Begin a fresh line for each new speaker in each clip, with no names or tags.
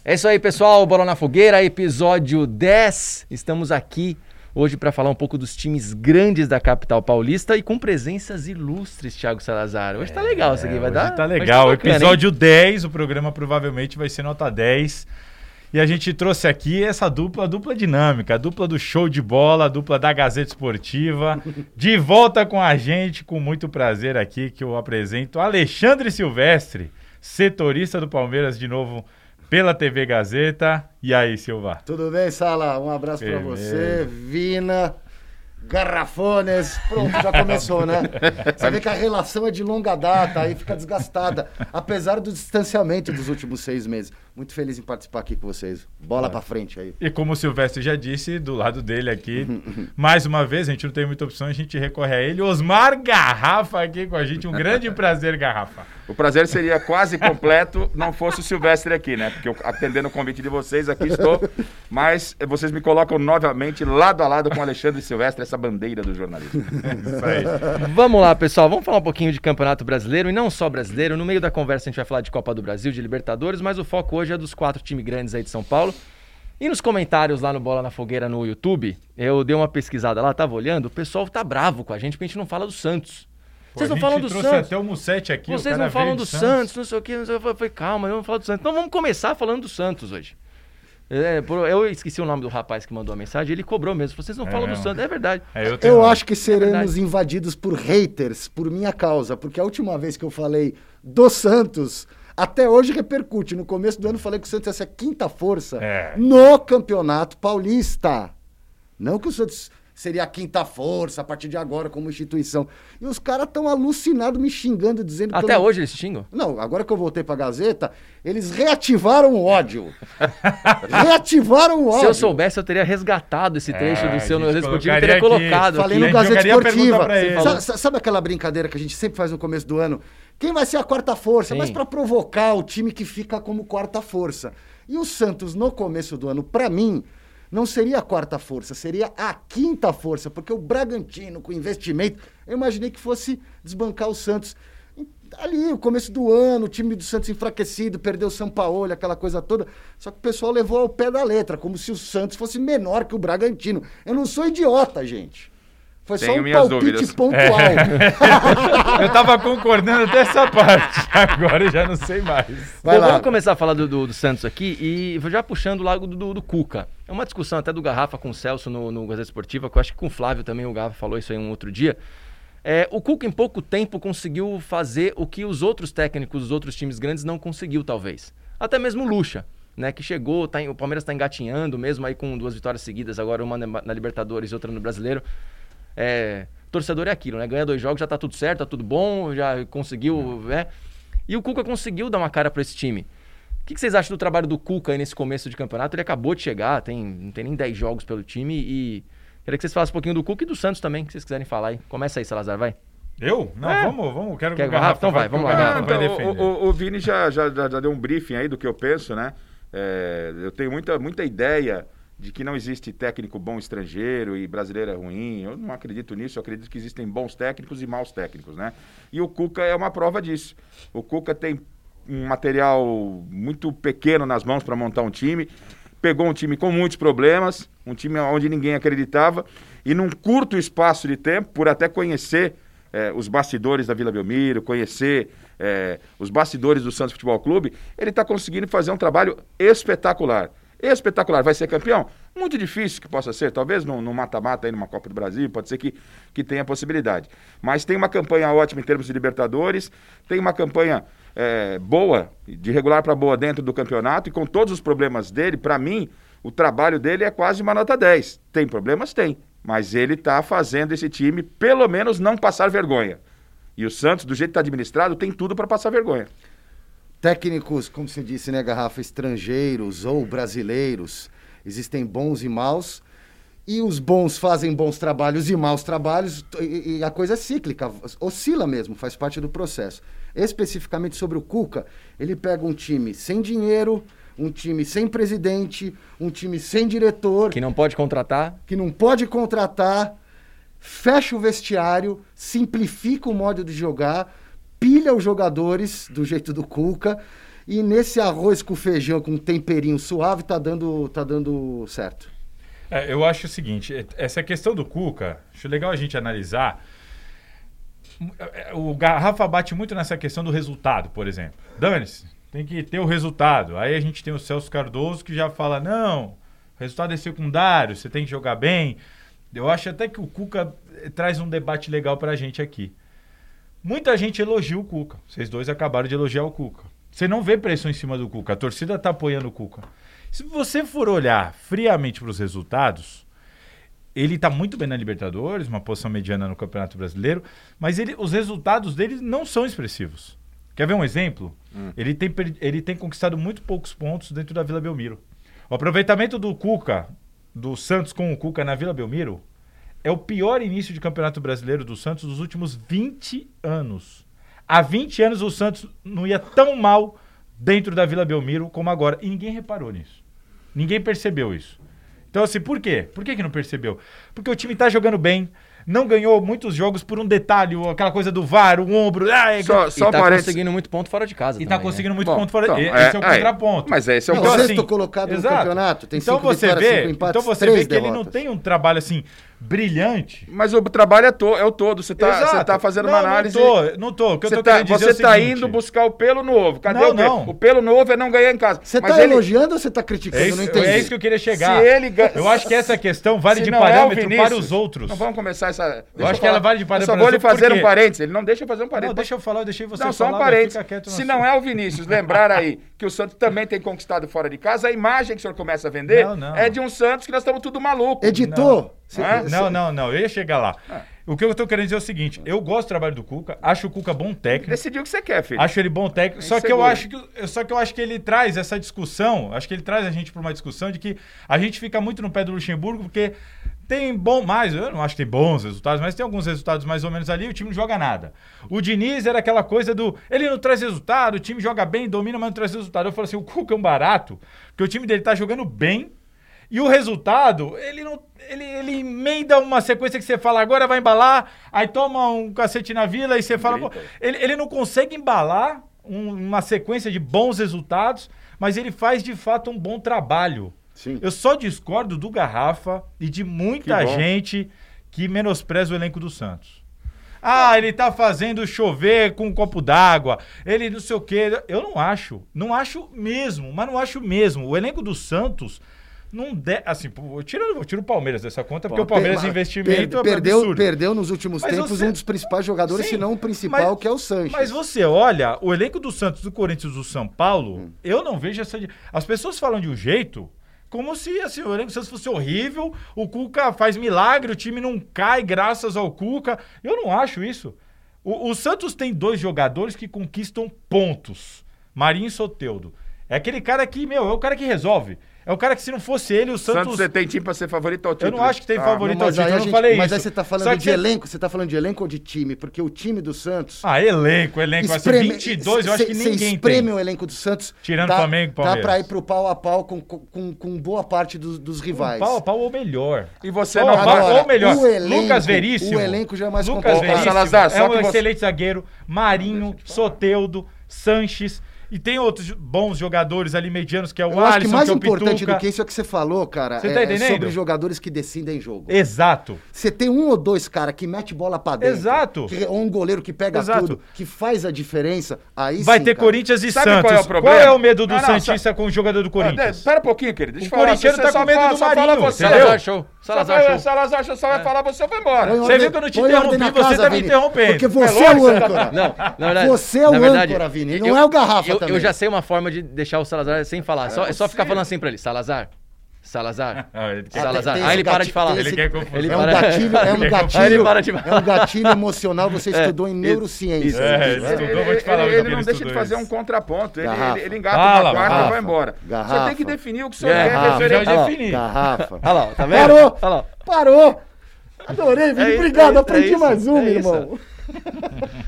É isso aí, pessoal. Bola na Fogueira, episódio 10. Estamos aqui hoje para falar um pouco dos times grandes da capital paulista e com presenças ilustres, Thiago Salazar. Hoje tá legal isso aqui, vai dar?
Hoje tá legal.
Bacana,
episódio 10, o programa provavelmente vai ser nota 10. E a gente trouxe aqui essa dupla dinâmica, a dupla do show de bola, a dupla da Gazeta Esportiva. De volta com a gente, com muito prazer aqui, que eu apresento Alexandre Silvestre, setorista do Palmeiras de novo pela TV Gazeta. E aí, Silva?
Tudo bem, Sala? Um abraço pra você, Vina, Garrafones. Pronto, já começou, né? Você vê que a relação é de longa data, aí fica desgastada, apesar do distanciamento dos últimos 6 meses. Muito feliz em participar aqui com vocês. Bola pra frente aí.
E como o Silvestre já disse, do lado dele aqui, mais uma vez, a gente não tem muita opção, a gente recorre a ele. Osmar Garrafa aqui com a gente. Um grande prazer, Garrafa.
O prazer seria quase completo não fosse o Silvestre aqui, né? Porque eu, atendendo o convite de vocês, aqui estou. Mas vocês me colocam novamente lado a lado com o Alexandre Silvestre, essa bandeira do jornalismo.
Isso aí.
Vamos lá, pessoal. Vamos falar um pouquinho de Campeonato Brasileiro e não só brasileiro. No meio da conversa a gente vai falar de Copa do Brasil, de Libertadores, mas o foco hoje é dos 4 times grandes aí de São Paulo. E nos comentários lá no Bola na Fogueira no YouTube, eu dei uma pesquisada lá, tava olhando, o pessoal tá bravo com a gente porque a gente não fala do Santos. Vocês não falam do Santos.
Até o Mussetti aqui.
Vocês não falam do Santos, não sei o que. Eu falei, calma, eu não falo do Santos. Então vamos começar falando do Santos hoje. Eu esqueci o nome do rapaz que mandou a mensagem, ele cobrou mesmo. Vocês não falam do Santos, é verdade.
Eu acho que seremos invadidos por haters, por minha causa, porque a última vez que eu falei do Santos, até hoje repercute. No começo do ano eu falei que o Santos ia ser a 5ª força no Campeonato Paulista. Não que o Santos seria a 5ª força a partir de agora como instituição. E os caras estão alucinados me xingando, dizendo que...
Até hoje eles xingam?
Não, agora que eu voltei pra Gazeta, eles reativaram o ódio. Reativaram o ódio.
Se eu soubesse, eu teria resgatado esse trecho do seu no Esportivo e teria
aqui,
colocado.
Falei
aqui.
no Gazeta Esportiva.
Sabe
aquela brincadeira que a gente sempre faz no começo do ano? Quem vai ser a 4ª força?
Sim.
Mas pra provocar o time que fica como 4ª força. E o Santos, no começo do ano, pra mim, não seria a 4ª força, seria a 5ª força, porque o Bragantino, com investimento, eu imaginei que fosse desbancar o Santos. Ali, o começo do ano, o time do Santos enfraquecido, perdeu o Sampaoli, aquela coisa toda. Só que o pessoal levou ao pé da letra, como se o Santos fosse menor que o Bragantino. Eu não sou idiota, gente. Foi só um palpite pontual.
Eu tava concordando até essa parte. Agora eu já não sei mais.
Vamos começar a falar do Santos aqui e já puxando lá do Cuca. É uma discussão até do Garrafa com o Celso no Gazeta Esportiva, que eu acho que com o Flávio também, o Garrafa falou isso aí um outro dia. O Cuca em pouco tempo conseguiu fazer o que os outros técnicos dos outros times grandes não conseguiu, talvez. Até mesmo o Lucha, né, que chegou, o Palmeiras tá engatinhando mesmo aí com 2 vitórias seguidas, agora uma na Libertadores e outra no Brasileiro. Torcedor é aquilo, né? Ganha 2 jogos, já tá tudo certo, tá tudo bom, já conseguiu, né? E o Cuca conseguiu dar uma cara pra esse time. O que vocês acham do trabalho do Cuca aí nesse começo de campeonato? Ele acabou de chegar, não tem nem 10 jogos pelo time e queria que vocês falassem um pouquinho do Cuca e do Santos também, que vocês quiserem falar aí. Começa aí, Salazar, vai.
Eu? Não, vamos. Quero
Quer Garrafa? Então vai, vamos lá, Garrafa.
O Vini já deu um briefing aí do que eu penso, né? Eu tenho muita ideia de que não existe técnico bom estrangeiro e brasileiro é ruim. Eu não acredito nisso, eu acredito que existem bons técnicos e maus técnicos, né? E o Cuca é uma prova disso. O Cuca tem um material muito pequeno nas mãos para montar um time, pegou um time com muitos problemas, um time onde ninguém acreditava, e num curto espaço de tempo, por até conhecer os bastidores da Vila Belmiro, conhecer os bastidores do Santos Futebol Clube, ele está conseguindo fazer um trabalho espetacular. Espetacular. Vai ser campeão? Muito difícil que possa ser, talvez no mata-mata aí numa Copa do Brasil, pode ser que tenha possibilidade. Mas tem uma campanha ótima em termos de Libertadores, tem uma campanha boa, de regular para boa dentro do campeonato, e com todos os problemas dele, para mim, o trabalho dele é quase uma nota 10. Tem problemas? Tem. Mas ele está fazendo esse time, pelo menos, não passar vergonha. E o Santos, do jeito que está administrado, tem tudo para passar vergonha.
Técnicos, como você disse, né, Garrafa, estrangeiros ou brasileiros, existem bons e maus, e os bons fazem bons trabalhos e maus trabalhos, e a coisa é cíclica, oscila mesmo, faz parte do processo. Especificamente sobre o Cuca, ele pega um time sem dinheiro, um time sem presidente, um time sem diretor...
Que não pode contratar.
Fecha o vestiário, simplifica o modo de jogar, pilha os jogadores do jeito do Cuca E nesse arroz com feijão, com um temperinho suave, tá dando certo.
Eu acho o seguinte, essa questão do Cuca, acho legal a gente analisar. O Garrafa bate muito nessa questão do resultado, por exemplo. Dane-se, tem que ter o resultado. Aí a gente tem o Celso Cardoso que já fala, não, o resultado é secundário, você tem que jogar bem. Eu acho até que o Cuca traz um debate legal pra gente aqui. Muita gente elogia o Cuca. Vocês dois acabaram de elogiar o Cuca. Você não vê pressão em cima do Cuca. A torcida tá apoiando o Cuca. Se você for olhar friamente para os resultados, ele tá muito bem na Libertadores, uma posição mediana no Campeonato Brasileiro, mas os resultados dele não são expressivos. Quer ver um exemplo? Ele tem conquistado muito poucos pontos dentro da Vila Belmiro. O aproveitamento do Cuca, do Santos com o Cuca na Vila Belmiro, é o pior início de Campeonato Brasileiro do Santos dos últimos 20 anos. Há 20 anos o Santos não ia tão mal dentro da Vila Belmiro como agora. E ninguém reparou nisso. Ninguém percebeu isso. Então, assim, por quê? Por que não percebeu? Porque o time tá jogando bem, não ganhou muitos jogos por um detalhe, aquela coisa do VAR, o ombro...
Só tá conseguindo muito ponto fora de casa.
E
também,
tá conseguindo
né?
muito ponto fora de casa. Esse é o contraponto.
Mas esse é o
Não,
então,
o sexto
assim,
colocado no
exato.
campeonato, tem
então
5
você
vitórias,
vê,
5 empates,
então você
3
vê que
derrotas.
ele não tem um trabalho assim brilhante.
Mas o trabalho é o todo. Você tá fazendo uma análise.
Não tô. O que eu tô
Você
querendo dizer é o
tá
seguinte.
indo buscar o pelo novo. Cadê
Não,
o quê?
não.
O pelo novo é não ganhar em casa.
Você
Mas
tá
ele-
elogiando ou você tá criticando? Eu não entendi.
É isso que eu queria chegar.
Se ele
Eu acho que essa questão vale
Se
de
não é o
parâmetro
Vinícius,
para os outros.
Não vamos começar essa.
Eu acho que ela vale de parâmetro
Eu só vou lhe
para os outros,
fazer um
porque-
parênteses. Ele não deixa eu fazer um parênteses.
Não, deixa eu falar, eu deixei você
Não, só
falar.
um
mas
parênteses.
fica quieto no
Se
assunto.
não é o Vinícius lembrar aí que o Santos também tem conquistado fora de casa, a imagem que o senhor começa a vender
Não.
é de um Santos que nós estamos tudo maluco.
Editor,
Não, eu ia chegar lá. O que eu tô querendo dizer é o seguinte, eu gosto do trabalho do Cuca, acho o Cuca bom técnico,
Decidiu o que você quer, filho.
acho ele bom técnico, só que eu acho que ele traz essa discussão, acho que ele traz a gente para uma discussão de que a gente fica muito no pé do Luxemburgo, porque tem eu não acho que tem bons resultados, mas tem alguns resultados mais ou menos ali, o time não joga nada. O Diniz era aquela coisa ele não traz resultado, o time joga bem, domina, mas não traz resultado. Eu falo assim, o Cuca é um barato, porque o time dele tá jogando bem, e o resultado, ele emenda uma sequência que você fala, agora vai embalar, aí toma um cacete na Vila e você fala... Pô, ele não consegue embalar uma sequência de bons resultados, mas ele faz de fato um bom trabalho.
Sim.
Eu só discordo do Garrafa e de muita gente que menospreza o elenco do Santos. Ele tá fazendo chover com um copo d'água, ele não sei o quê. Eu não acho mesmo, mas não acho mesmo. O elenco do Santos... assim, eu tiro o Palmeiras dessa conta, porque o Palmeiras investimento é absurdo.
Perdeu nos últimos tempos um dos principais jogadores, se não o principal, que é o Sanches.
Mas você olha, o elenco do Santos, do Corinthians e do São Paulo, eu não vejo essa... As pessoas falam de um jeito como se assim, o elenco do Santos fosse horrível, o Cuca faz milagre, o time não cai graças ao Cuca. Eu não acho isso. O Santos tem 2 jogadores que conquistam pontos. Marinho e Soteldo. É aquele cara que, é o cara que resolve. É o cara que, se não fosse ele, o Santos...
Você tem time pra ser favorito ao título?
Eu não acho que tem favorito ao título, eu não
Mas
falei isso.
aí você tá falando
Só que
de elenco, você tá falando de elenco ou de time? Porque o time do Santos...
Elenco. Assim, 22 eu acho que ninguém tem.
Espreme o elenco do Santos.
Tirando Flamengo e Palmeiras.
Dá pra ir pro pau a pau com boa parte dos rivais.
Pau a pau ou melhor.
E você
Pau
não
a pau
vai...
ou melhor.
o elenco-
Lucas Veríssimo.
o elenco já é mais
Lucas
complicado.
Veríssimo
Salazar,
é
só
um
que você-
excelente zagueiro. Marinho, Soteldo, Sanches. E tem outros bons jogadores ali medianos, que é o
Eu acho que
Alisson,
mais
que é o
importante
Pituca.
do que isso é o que você falou, cara.
Você tá entendendo?
Sobre jogadores que decidem jogo.
Exato.
Você tem 1 ou 2 cara que mete bola pra dentro.
Exato.
Ou um goleiro que pega
Exato.
tudo, que faz a diferença, aí
Vai
sim,
ter
cara.
Corinthians e
Sabe
Santos.
qual é o problema?
Qual é o medo do
Não, não,
Santista com o jogador do Corinthians?
Espera um pouquinho, querido. Deixa
O
eu falar.
corintiano
Você
tá
só
com medo
fala-
do
só fala
Marinho,
você.
entendeu?
Salazar show. Salazar show.
Salazar só vai falar, você vai embora.
Põe
Você
ordem-
viu que eu não te
põe ordem
interrompi,
na
você
casa,
tá me
Vini.
interrompendo.
Porque você é o âncora.
Não, na verdade,
Você é o
na verdade,
âncora, Vini, não é o Garrafa
eu
também.
já sei uma forma de deixar o Salazar sem falar. É só ficar falando assim pra ele. Salazar. Salazar.
Ele quer-
Salazar.
tem
Aí
esse
ele para de
gatilho-
falar.
tem
Ele
esse-
quer confusão.
Ele
É um
para-
gatilho,
Aí ele para de falar.
é um gatilho emocional, você estudou em neurociência.
ele
né?
estudou, vou te falar o que
Ele
ele
não deixa
estudou
de fazer
isso.
um contraponto.
Garrafa.
Ele engata
Fala,
uma quarta
Garrafa.
e vai embora. Você
Garrafa.
tem que definir o que o senhor
Garrafa.
quer
Já
referente.
defini.
Garrafa.
Olha lá, tá vendo?
Parou!
Olha lá.
Parou! Adorei, Vini.
É isso,
Obrigado,
é
aprendi
isso,
mais um,
é
meu
isso.
irmão.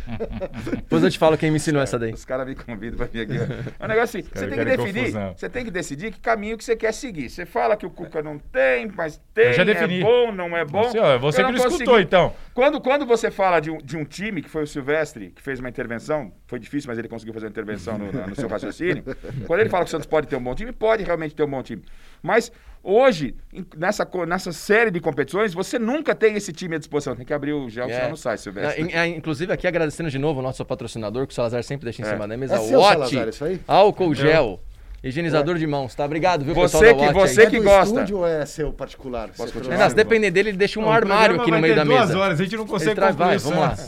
Depois eu te falo quem me ensinou essa daí.
Os caras me convidam pra vir aqui. É um negócio assim, você tem que decidir que caminho que você quer seguir. Você fala que o Cuca não tem, mas tem,
eu já defini.
É bom, não é bom.
Você que não escutou, então.
Quando você fala de um time, que foi o Silvestre, que fez uma intervenção, foi difícil, mas ele conseguiu fazer uma intervenção no seu raciocínio. Quando ele fala que o Santos pode ter um bom time, pode realmente ter um bom time. Mas hoje, nessa série de competições, você nunca tem esse time à disposição. Tem que abrir o gel, senão não sai, Silvestre.
Inclusive, aqui agradecendo de novo o nosso patrocinador, que o Salazar sempre deixa em cima da mesa.
Seu Salazar, isso aí?
Álcool gel. Higienizador de mãos, tá? Obrigado, viu,
você
pessoal da Watch
você
aí.
que gosta.
Estúdio ou é seu particular?
Posso continuar?
Renato, se depender dele, ele deixa um armário aqui no meio da mesa.
2 horas, a gente não consegue
Vai, vamos lá.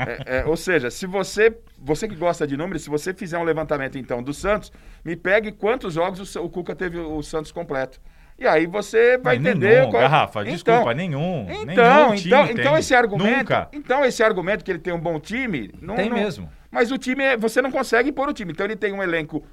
Ou seja, se você que gosta de números, se você fizer um levantamento, então, do Santos, me pegue quantos jogos o Cuca teve o Santos completo. E aí você vai entender...
Nenhum, Garrafa, desculpa, nenhum. Nenhum time
então esse argumento...
Nunca.
Então esse argumento que ele tem um bom time...
Tem mesmo.
Mas o time, você não consegue pôr o time. Então ele tem um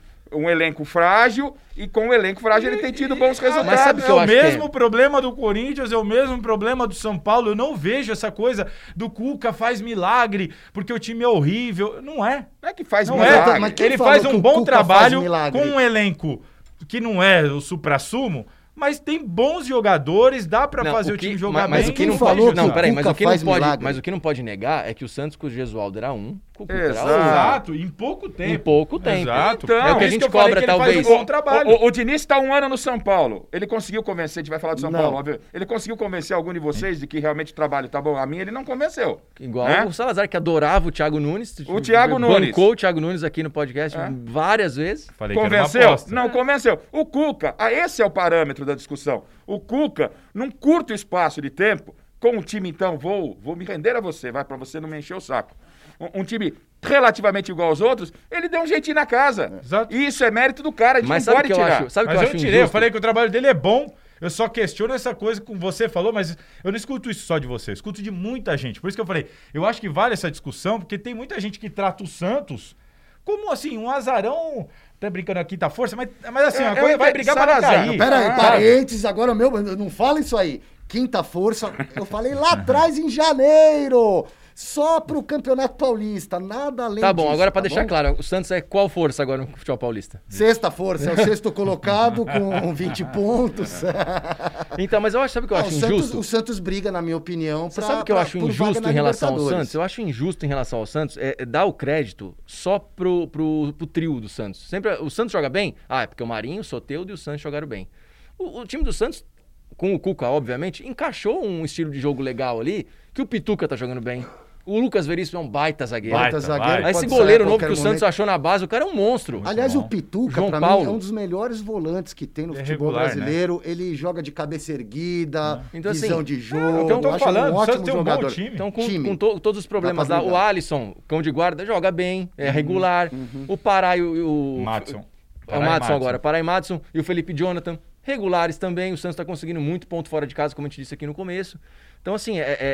elenco frágil e com o elenco frágil ele tem tido bons resultados.
Mas sabe que
é
eu
o
acho
mesmo problema do Corinthians, é o mesmo problema do São Paulo. Eu não vejo essa coisa do Cuca faz milagre porque o time é horrível. Não é.
Não é que faz
Não
milagre.
é.
Mas quem
Ele
falou
faz
que
um
o
bom
Cuca
trabalho
faz milagre?
com um elenco que não é o suprassumo, mas tem bons jogadores, dá pra fazer o time jogar bem.
Mas o que não
falou
pode,
que
não,
o
peraí,
Cuca
mas o que não pode negar é que o Santos com o Gesualdo era um, com o Cuca era outro.
Exato, em pouco tempo.
Em pouco tempo.
Exato.
Então,
é o que a
isso
gente
eu falei
cobra,
que ele
talvez.
faz um bom trabalho.
O Diniz está 1 ano no São Paulo. Ele conseguiu convencer, a gente vai falar do São Paulo, óbvio. Ele conseguiu convencer algum de vocês de que realmente o trabalho tá bom. A mim ele não convenceu.
Igual
né?
o Salazar, que adorava o Thiago Nunes.
O Thiago Nunes.
Bancou o Thiago Nunes aqui no podcast várias vezes.
Falei que era uma
Convenceu?
aposta.
Não convenceu. O Cuca, esse é o parâmetro da discussão. O Cuca, num curto espaço de tempo, com o time, então, vou me render a você, vai, pra você não me encher o saco. Um time relativamente igual aos outros, ele deu um jeitinho na casa.
Exato.
E isso é mérito do cara, a gente
Mas
não
sabe o
pode
que eu
tirar.
acho? Sabe o que
Mas
eu
eu
acho
tirei, eu
injusto?
falei que o trabalho dele é bom. Eu só questiono essa coisa que você falou, mas eu não escuto isso só de você, eu escuto de muita gente. Por isso que eu falei, eu acho que vale essa discussão, porque tem muita gente que trata o Santos como, assim, um azarão, até brincando aqui, tá força, mas assim, a coisa vai brigar para não cair.
Pera aí, parênteses, agora não fala isso aí. Quinta força, eu falei lá atrás em janeiro. Só pro Campeonato Paulista, nada além disso.
Tá bom, agora pra
tá
deixar
bom?
claro, o Santos é qual força agora no futebol paulista?
Sexta força, é o sexto colocado com 20 pontos.
Então, mas sabe o que eu acho injusto?
O Santos briga, na minha opinião,
Você sabe o que eu acho
por vaga
injusto
na
em relação ao
Libertadores.
Santos? Eu acho injusto em relação ao Santos dar o crédito só pro trio do Santos. Sempre o Santos joga bem? É porque o Marinho, o Soteldo e o Santos jogaram bem. O time do Santos, com o Cuca, obviamente, encaixou um estilo de jogo legal ali, que o Pituca tá jogando bem. O Lucas Veríssimo é um baita zagueiro.
Baita zagueiro.
Aí esse
pode
goleiro
sair a
novo que
qualquer
o Santos
momento.
achou na base, o cara é um monstro.
Aliás,
bom.
o Pituca,
João
pra
Paulo.
mim, é um dos melhores volantes que tem no
É
futebol
regular,
brasileiro. Ele joga de cabeça erguida,
Então, assim,
visão de jogo.
então eu tô
acho
falando,
um
o Santos
ótimo
tem um bom
jogador.
time.
Então,
Time.
com todos os problemas
Dá
lá,
pra
o
brigar.
Alisson, cão de guarda, joga bem, é regular. O Pará e o
Madison.
É o Madison agora. Pará e Madison e o Felipe Jonathan, regulares também. O Santos tá conseguindo muito ponto fora de casa, como a gente disse aqui no começo. Então, assim,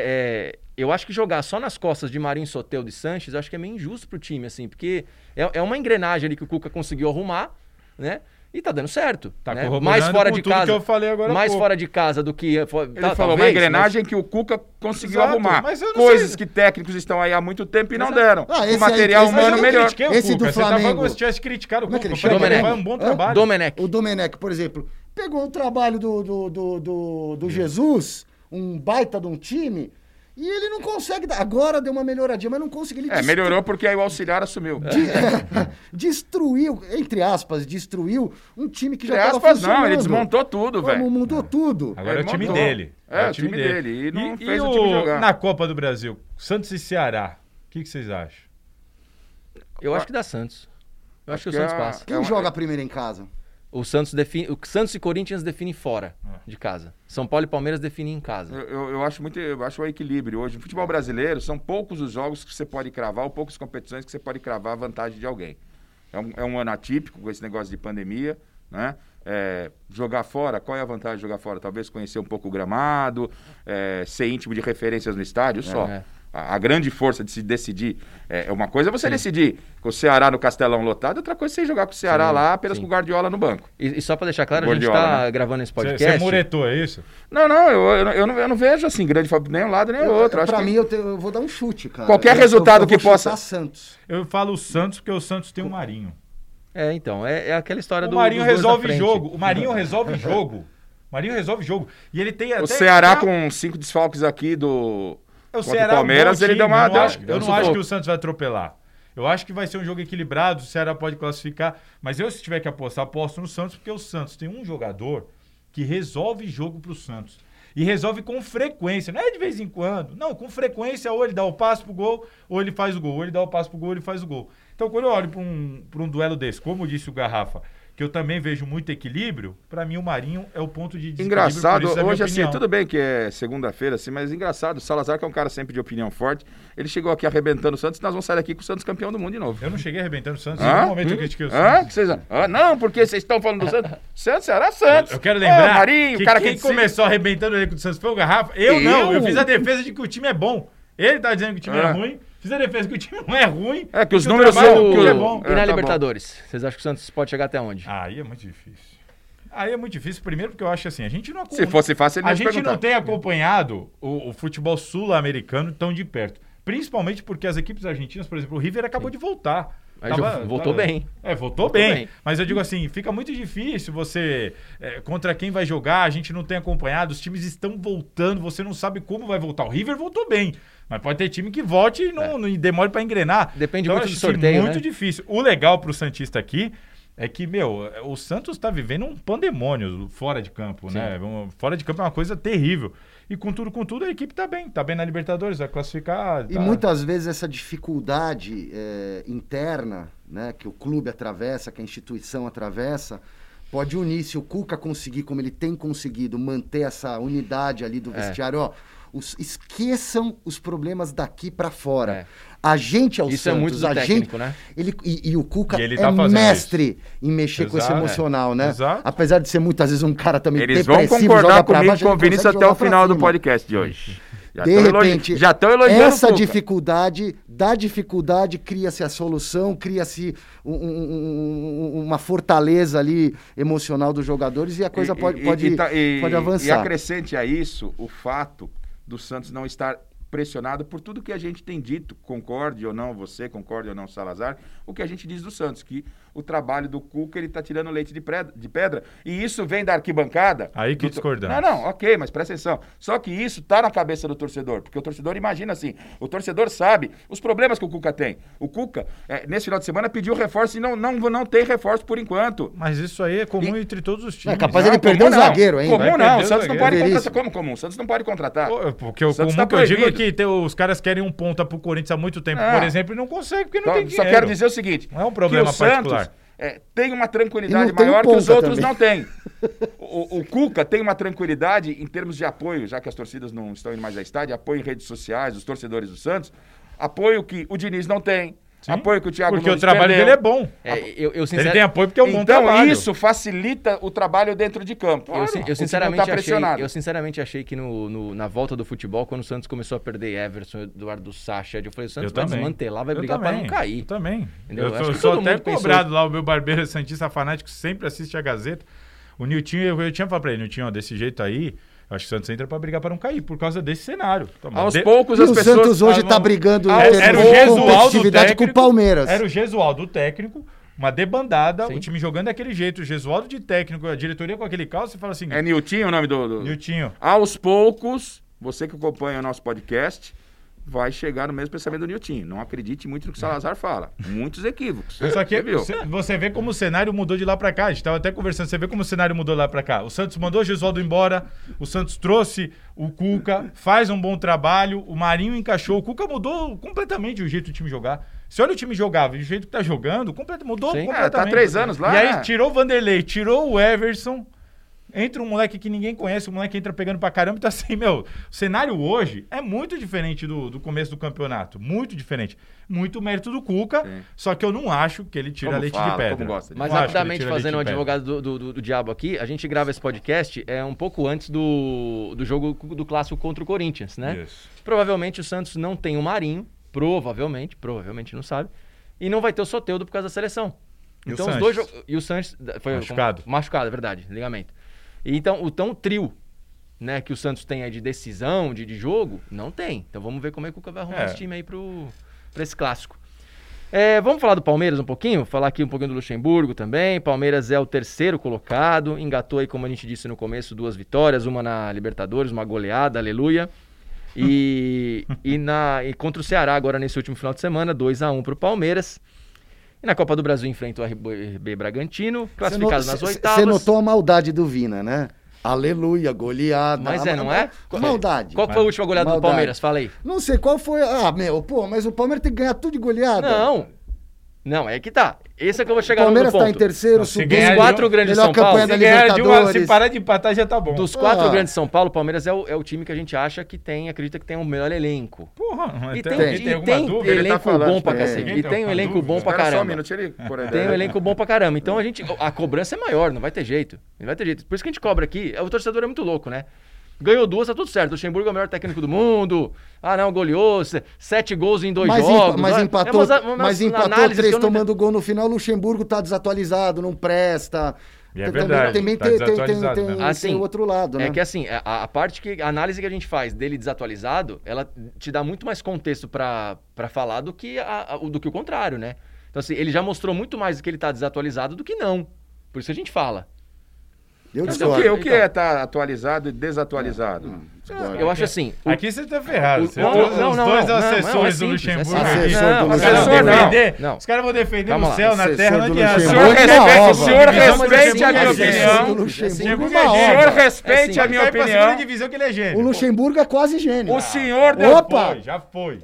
eu acho que jogar só nas costas de Marinho, Soteldo e Sanches, eu acho que é meio injusto pro time, assim, porque é uma engrenagem ali que o Cuca conseguiu arrumar, né? E tá dando certo.
Tá
né?
corroborando
Mais fora
com
de
tudo
casa.
que eu falei agora há
mais
pouco.
fora de casa do que.
Ele falou uma engrenagem que o Cuca conseguiu
Exato,
arrumar.
mas eu não
Coisas
sei.
que técnicos estão aí há muito tempo e não
Exato.
deram.
Ah,
o
esse
material
aí- esse
humano
aí-
melhor.
Critiquei o
Esse
Cuca.
do
Você tava
Flamengo.
como se tivesse criticado o
Como é que
Cuca.
ele
Eu falei que ele
chama?
faz um bom
Hã?
trabalho.
Domenech.
O Domenech, por exemplo, pegou o trabalho do Jesus, um baita de um time, e ele não consegue dar. Agora deu uma melhoradinha, mas não conseguiu. Ele
Melhorou porque aí o auxiliar assumiu.
destruiu, entre aspas, destruiu um time que já
Entre
estava
aspas,
funcionando.
não, ele desmontou tudo, velho.
Mudou tudo.
Agora é o time
montou.
dele.
É, o time dele. E não fez o
o
time jogar.
Na Copa do Brasil, Santos e Ceará, o que vocês acham?
Eu acho que dá Santos. Eu acho que o
que
Santos
é-
passa.
Quem joga primeiro em casa?
O Santos e Corinthians definem fora de casa. São Paulo e Palmeiras definem em casa.
Eu acho o equilíbrio hoje. No futebol brasileiro, são poucos os jogos que você pode cravar, ou poucas competições que você pode cravar a vantagem de alguém. É um ano atípico com esse negócio de pandemia, né? Jogar fora, qual é a vantagem de jogar fora? Talvez conhecer um pouco o gramado, ser íntimo de referências no estádio, só. a grande força de se decidir. Uma coisa é você decidir com o Ceará no Castelão lotado, outra coisa é você jogar com o Ceará lá apenas com o Guardiola no banco.
E só pra deixar claro,
Guardiola,
a gente tá gravando esse podcast...
Você muretou, é isso?
Não, eu não vejo assim grande nem um lado nem o outro.
Pra mim, eu vou dar um chute, cara.
Qualquer resultado que possa...
chutar Santos.
Eu falo o Santos porque o Santos tem o Marinho.
Então, é aquela história do...
O Marinho resolve jogo. O Marinho resolve jogo. E ele tem até...
O Ceará com 5 desfalques aqui do...
O Ceará, o Palmeiras,
ele deu uma...
Eu não acho que o Santos vai atropelar. Eu acho que vai ser um jogo equilibrado, o Ceará pode classificar. Mas se tiver que apostar, aposto no Santos, porque o Santos tem um jogador que resolve jogo pro Santos. E resolve com frequência, não é de vez em quando. Não, com frequência, ou ele dá o passe pro gol, ou ele faz o gol. Ou ele dá o passe pro gol, ou ele faz o gol. Então, quando eu olho para um duelo desse, como disse o Garrafa, que eu também vejo muito equilíbrio, pra mim o Marinho é o ponto de desequilíbrio.
Engraçado, hoje assim, tudo bem que é segunda-feira, assim, mas engraçado, o Salazar, que é um cara sempre de opinião forte, ele chegou aqui arrebentando o Santos, nós vamos sair daqui com o Santos campeão do mundo de novo.
Eu não cheguei arrebentando o Santos, em nenhum momento eu critiquei o Santos.
Não, porque vocês estão falando do Santos. Santos era Santos.
Eu quero lembrar
Marinho,
que
cara
quem começou arrebentando ele com o Santos foi o Garrafa. Eu fiz a defesa de que o time é bom. Ele tá dizendo que o time é ruim. Fiz a defesa que o time não é ruim.
Que os números são...
Que é bom. E na Libertadores? Vocês acham que o Santos pode chegar até onde?
Aí é muito difícil. Primeiro porque eu acho assim, a gente não...
Se fosse fácil, ele
a gente não tem acompanhado o futebol sul-americano tão de perto. Principalmente porque as equipes argentinas, por exemplo, o River acabou de voltar.
Voltou bem.
Voltou bem. Mas eu digo assim, fica muito difícil você... contra quem vai jogar, a gente não tem acompanhado, os times estão voltando, você não sabe como vai voltar. O River voltou bem, mas pode ter time que volte e não demore para engrenar.
Depende
então,
muito do sorteio,
muito difícil. O legal pro Santista aqui é que, o Santos tá vivendo um pandemônio fora de campo, né? Fora de campo é uma coisa terrível. E com tudo, a equipe tá bem na Libertadores, vai classificar.
E muitas vezes essa dificuldade interna, né, que o clube atravessa, que a instituição atravessa, pode unir. Se o Cuca conseguir, como ele tem conseguido, manter essa unidade ali do vestiário, esqueçam os problemas daqui para fora. A gente é o
Santos.
Isso é
muito do técnico, né?
E o Cuca
mestre
em mexer com esse emocional, né?
Exato.
Apesar de ser muitas vezes um cara também
eles vão concordar comigo com o Vinícius até o final do podcast de hoje.
De repente,
já estão elogiando
essa dificuldade, cria-se a solução, cria-se uma fortaleza ali emocional dos jogadores e a coisa pode avançar.
E acrescente a isso o fato do Santos não estar pressionado por tudo que a gente tem dito, concorde ou não você, concorde ou não Salazar, o que a gente diz do Santos, que o trabalho do Cuca, ele tá tirando leite de pedra, e isso vem da arquibancada.
Aí que discordamos.
Não, ok, mas presta atenção, só que isso tá na cabeça do torcedor, porque o torcedor imagina assim, o torcedor sabe os problemas que o Cuca tem. O Cuca, nesse final de semana, pediu reforço e não tem reforço por enquanto.
Mas isso aí é comum entre todos os times.
É capaz ele perder um zagueiro ainda.
Comum não, o Santos não pode contratar. Como comum? O Santos não pode contratar.
Porque o comum que eu digo é que os caras querem um ponta pro Corinthians há muito tempo, por exemplo, e não conseguem porque não tem dinheiro.
Só quero dizer o seguinte,
não é um problema particular.
Tem uma tranquilidade maior que os outros não têm. O Cuca tem uma tranquilidade em termos de apoio, já que as torcidas não estão indo mais a estádio, apoio em redes sociais, os torcedores do Santos, apoio que o Diniz não tem. Sim, apoio que o Thiago
porque Nunes o trabalho dele é bom. Ele tem apoio porque é um bom trabalho.
Então isso facilita o trabalho dentro de campo.
Eu sinceramente achei que na volta do futebol, quando o Santos começou a perder Everson, Eduardo Sacha, eu falei, o Santos vai desmantelar, vai brigar para não cair.
Eu também.
Entendeu?
Eu sou até cobrado lá, o meu barbeiro santista fanático sempre assiste a Gazeta. O Niltinho, eu tinha falado para ele, Niltinho, desse jeito aí, acho que o Santos entra pra brigar pra não cair, por causa desse cenário.
Aos poucos as pessoas...
O Santos hoje tá brigando
era o Gesualdo
com o Palmeiras.
Era o Gesualdo, o técnico, uma debandada, o time jogando daquele jeito, o Gesualdo de técnico, a diretoria com aquele caos, você fala assim...
É Niltinho o nome do...
Niltinho.
Aos poucos, você que acompanha o nosso podcast... vai chegar no mesmo pensamento do Niltinho. Não acredite muito no que o Salazar fala. Muitos equívocos.
Só que você vê como o cenário mudou de lá pra cá. A gente tava até conversando. Você vê como o cenário mudou lá pra cá. O Santos mandou o Gesualdo embora. O Santos trouxe o Cuca. Faz um bom trabalho. O Marinho encaixou. O Cuca mudou completamente o jeito do time jogar. Se olha o time jogava e o jeito que tá jogando, mudou completamente.
Tá 3 anos lá.
E aí tirou o Vanderlei, tirou o Everson. entra um moleque que ninguém conhece, o moleque entra pegando pra caramba e tá assim, meu, o cenário hoje é muito diferente do começo do campeonato, muito diferente. Muito mérito do Cuca, só que eu não acho que ele tira leite de pedra.
Mas rapidamente, fazendo um advogado do diabo aqui, a gente grava esse podcast um pouco antes do jogo do Clássico contra o Corinthians, né?
Isso.
Provavelmente o Santos não tem o Marinho, provavelmente não sabe, e não vai ter o Soteldo por causa da seleção. Então os dois e o Santos foi machucado, é verdade, ligamento. E então o trio, né, que o Santos tem aí de decisão, de jogo, não tem. Então vamos ver como é que o Cuca vai arrumar esse time aí pra esse clássico. Vamos falar do Palmeiras um pouquinho? Falar aqui um pouquinho do Luxemburgo também. Palmeiras é o 3º colocado, engatou aí, como a gente disse no começo, 2 vitórias, uma na Libertadores, uma goleada, aleluia. E contra o Ceará agora nesse último final de semana, 2-1 pro Palmeiras. E na Copa do Brasil enfrenta o RB Bragantino, classificado nas oitavas.
Você notou a maldade do Vina, né? Aleluia, goleada.
Mas não é?
Maldade.
Qual foi a última goleada do Palmeiras? Fala aí.
Não sei qual foi. Mas o Palmeiras tem que ganhar tudo de goleada.
Não, é que tá. Esse é que eu vou chegar no ponto.
O Palmeiras tá em terceiro,
subindo. Dos 4 grandes de São Paulo.
Se parar de empatar, já tá bom.
Dos 4 grandes de São Paulo, o Palmeiras é o time que a gente acredita que tem o melhor elenco.
Porra,
tem elenco bom pra cacete. E tem um elenco bom pra caramba. Tem um elenco bom pra caramba. Então a cobrança é maior, não vai ter jeito. Por isso que a gente cobra aqui. O torcedor é muito louco, né? Ganhou 2, tá tudo certo. O Luxemburgo é o melhor técnico do mundo. Goleou 7 gols em 2 jogos.
Mas empatou 3 tomando gol no final. O Luxemburgo tá desatualizado, não presta.
E é verdade,
também
tá desatualizado.
Tem o outro lado, né?
É que assim, a análise que a gente faz dele desatualizado, ela te dá muito mais contexto pra falar do que o contrário, né? Então assim, ele já mostrou muito mais que ele tá desatualizado do que não. Por isso a gente fala.
O que é estar atualizado e desatualizado?
Eu acho assim...
Aqui você tá ferrado. Os dois assessores do Luxemburgo aqui. Os caras vão defender no céu, na terra, não adianta.
O senhor respeite a minha opinião. O senhor respeite a minha opinião.
Divisão que ele é gênio.
O Luxemburgo é quase gênio.
O senhor...
Opa!
Já foi.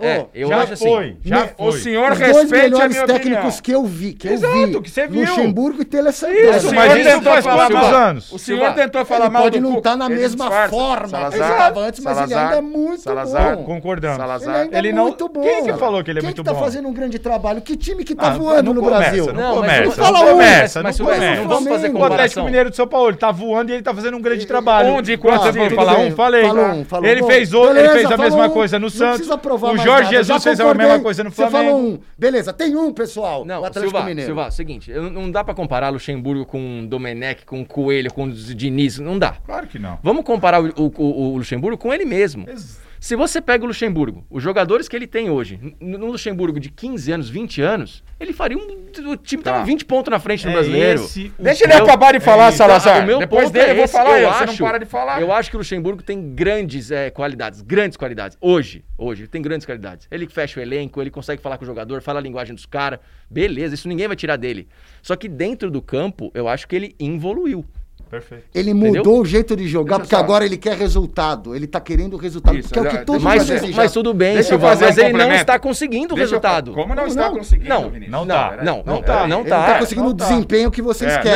Já
foi. O senhor respeite a minha opinião.
Os técnicos que eu vi.
Exato, que você viu.
Luxemburgo e Tele Santana.
Isso, mas isso faz quantos anos?
O senhor tentou falar mal do
Cuca. Pode não estar na mesma forma que estava antes, mas ele ainda é muito bom.
Concordamos.
Ele é muito bom.
Quem que falou que ele é muito bom?
Quem que tá fazendo um grande trabalho? Que time que tá voando no Brasil?
Não
começa. Não vamos fazer comparação.
O Atlético Mineiro de São Paulo, ele tá voando e ele tá fazendo um grande trabalho.
Onde? Quanto você
for falar falei. Ele fez a mesma coisa no Santos. O Jorge Jesus fez a mesma coisa no Flamengo.
Você falou beleza, tem pessoal.
Não,
o Atlético Mineiro.
Silva, seguinte, não dá pra comparar Luxemburgo com Domenech, com Coelho, com Diniz, não dá.
Claro que não.
Vamos comparar o Luxemburgo com ele mesmo. Se você pega o Luxemburgo, os jogadores que ele tem hoje, no Luxemburgo de 15 anos, 20 anos, ele faria o time tava 20 pontos na frente do brasileiro.
Deixa ele acabar de falar, Salazar.
Depois dele eu vou falar,
você não para de falar.
Eu acho que o Luxemburgo tem grandes qualidades. Hoje ele tem grandes qualidades. Ele fecha o elenco, ele consegue falar com o jogador, fala a linguagem dos caras. Beleza, isso ninguém vai tirar dele. Só que dentro do campo, eu acho que ele evoluiu.
Perfeito.
Ele mudou o jeito de jogar, porque agora ele quer resultado. Ele tá querendo resultado, porque é o que todo mundo deseja.
Mas tudo bem, Silva, mas ele não está conseguindo o resultado.
Como não está conseguindo, Vinícius?
Não tá. Ele não tá conseguindo o desempenho que vocês querem.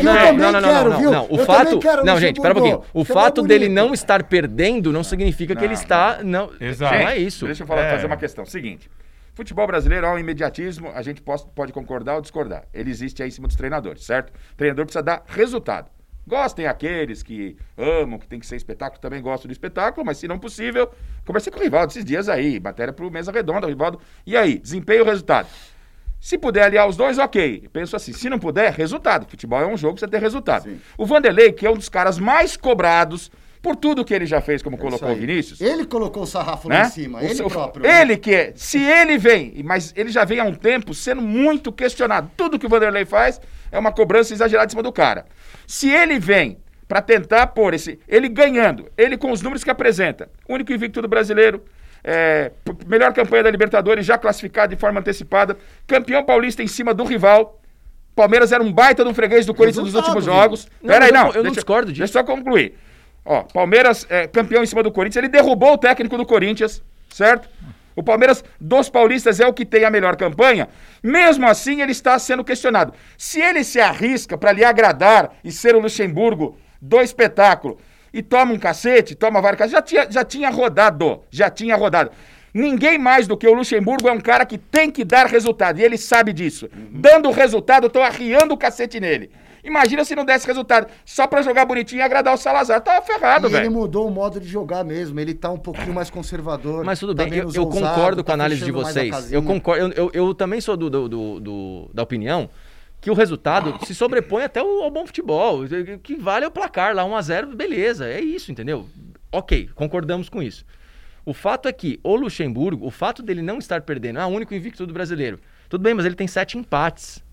Não. O fato... Não, gente, pera um pouquinho. O fato dele não estar perdendo não significa que ele está... Não é isso.
Deixa eu fazer uma questão. Seguinte. Futebol brasileiro, há um imediatismo, a gente pode concordar ou discordar. Ele existe aí em cima dos treinadores, certo? O treinador precisa dar resultado. Gostem aqueles que amam, que tem que ser espetáculo, também gostam do espetáculo, mas se não possível, conversei com o Rivaldo esses dias aí, matéria pro Mesa Redonda, Rivaldo. E aí, desempenho e resultado. Se puder aliar os dois, ok. Penso assim, se não puder, resultado. Futebol é um jogo, precisa ter resultado. Sim. O Vanderlei, que é um dos caras mais cobrados por tudo que ele já fez, como colocou o Vinícius.
Ele colocou o sarrafo lá em cima, ele próprio.
Ele que se ele vem, mas ele já vem há um tempo sendo muito questionado. Tudo que o Vanderlei faz é uma cobrança exagerada em cima do cara. Se ele vem para tentar pôr ele ganhando, ele com os números que apresenta, único invicto do brasileiro, melhor campanha da Libertadores, já classificado de forma antecipada, campeão paulista em cima do rival. Palmeiras era um baita de um freguês do Corinthians nos últimos jogos.
Eu não discordo disso.
Deixa eu só concluir. Palmeiras campeão em cima do Corinthians, ele derrubou o técnico do Corinthians, certo? O Palmeiras dos paulistas é o que tem a melhor campanha. Mesmo assim, ele está sendo questionado. Se ele se arrisca para lhe agradar e ser o Luxemburgo do espetáculo, e toma um cacete, toma vários cacetes, já tinha rodado. Ninguém mais do que o Luxemburgo é um cara que tem que dar resultado, e ele sabe disso. Dando resultado, estão arriando o cacete nele. Imagina se não desse resultado, só pra jogar bonitinho e agradar o Salazar. Tava ferrado, velho.
Ele mudou o modo de jogar mesmo, ele tá um pouquinho mais conservador.
Mas tudo
tá
bem, eu
menos ousado,
concordo com a
tá
análise de
fechando mais a
vocês.
casinha.
Eu concordo, eu também sou da opinião que o resultado se sobrepõe até ao bom futebol. Que vale é o placar lá, 1-0, beleza, é isso, entendeu? Ok, concordamos com isso. O fato é que o Luxemburgo, o fato dele não estar perdendo, é o único invicto do brasileiro. Tudo bem, mas ele tem 7 empates.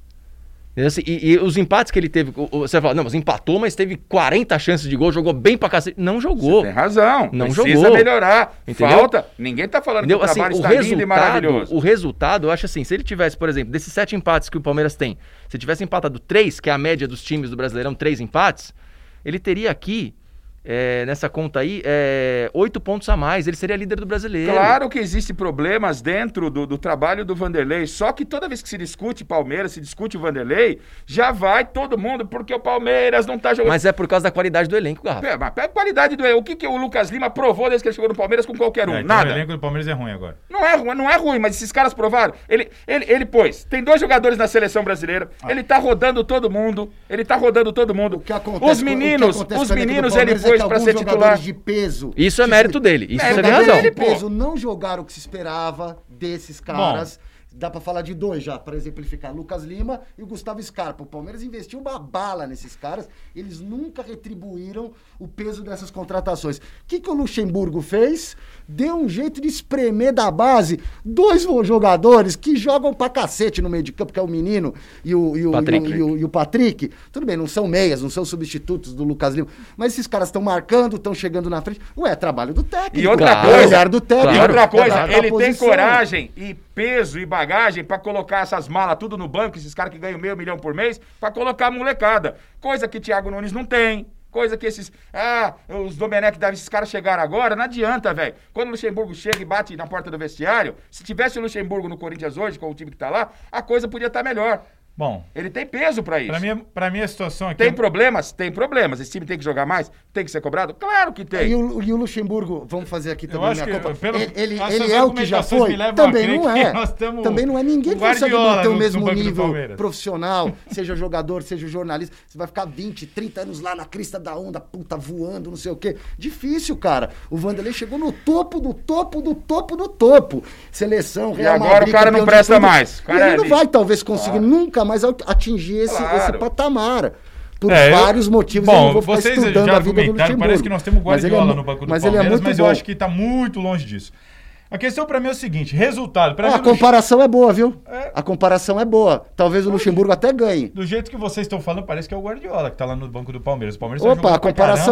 E os empates que ele teve, você fala, não, mas empatou, mas teve 40 chances de gol, jogou bem pra cacete. Não jogou.
Você tem razão.
Não
precisa
jogou.
Melhorar.
Entendeu?
Falta. Ninguém tá falando que o trabalho está lindo e maravilhoso.
O resultado, eu acho assim, se ele tivesse, por exemplo, desses 7 empates que o Palmeiras tem, se tivesse empatado 3, que é a média dos times do Brasileirão, 3 empates, ele teria aqui, nessa conta aí, 8 pontos a mais, ele seria líder do Brasileiro.
Claro que existem problemas dentro do trabalho do Vanderlei, só que toda vez que se discute Palmeiras, se discute o Vanderlei, já vai todo mundo, porque o Palmeiras não tá jogando...
Mas é por causa da qualidade do elenco, Garrafa.
Mas pega a qualidade do elenco. O que o Lucas Lima provou desde que ele chegou no Palmeiras com qualquer um?
Então
Nada.
O elenco do Palmeiras é ruim agora.
Não é ruim, mas esses caras provaram. Ele pôs, tem 2 jogadores na seleção brasileira, ele tá rodando todo mundo,
O que acontece,
Os meninos ele pôs pra ser titular.
De peso.
Isso é mérito dele, isso você tem
Jogadores
razão.
de peso não jogaram o que se esperava desses caras. Dá pra falar de 2 já, para exemplificar. Lucas Lima e o Gustavo Scarpa. O Palmeiras investiu uma bala nesses caras. Eles nunca retribuíram o peso dessas contratações. O que o Luxemburgo fez? Deu um jeito de espremer da base 2 jogadores que jogam pra cacete no meio de campo, que é o Menino e o Patrick. Tudo bem, não são meias, não são substitutos do Lucas Lima. Mas esses caras estão marcando, estão chegando na frente. Ué, é trabalho do técnico.
E outra
olhar do técnico.
E outra coisa, ele tem
posição.
coragem e peso e bagagem pra colocar essas malas tudo no banco, esses caras que ganham $500 mil por mês, pra colocar a molecada. Coisa que Thiago Nunes não tem. Coisa que os Domenech Davi, esses caras chegaram agora, não adianta, velho. Quando o Luxemburgo chega e bate na porta do vestiário, se tivesse o Luxemburgo no Corinthians hoje, com o time que tá lá, a coisa podia estar melhor.
Bom,
ele tem peso pra isso.
Pra mim a situação aqui...
Tem problemas? Tem problemas. Esse time tem que jogar mais? Tem que ser cobrado? Claro que tem.
E o Luxemburgo, vamos fazer aqui também minha Copa. Ele
essas
é o que já foi? Também não é. Também não é. Ninguém consegue manter o mesmo nível profissional, seja jogador, seja jornalista. Você vai ficar 20, 30 anos lá na crista da onda, puta, voando, não sei o quê. Difícil, cara. O Vanderlei chegou no topo do topo do topo do topo. Seleção, Real Madrid.
E agora o cara não presta mais.
Ele não vai, talvez, conseguir nunca mais atingir esse patamar. Por vários motivos.
Bom,
eu não vou
vocês
estudando
já
a vida do
argumentaram,
Luxemburgo.
parece que nós temos Guardiola no banco do Palmeiras, mas eu acho que está muito longe disso. A questão pra mim é o seguinte, resultado...
A comparação é boa, viu? A comparação é boa. Talvez o Luxemburgo até ganhe.
Do jeito que vocês estão falando, parece que é o Guardiola que tá lá no banco do Palmeiras. O Palmeiras
a comparação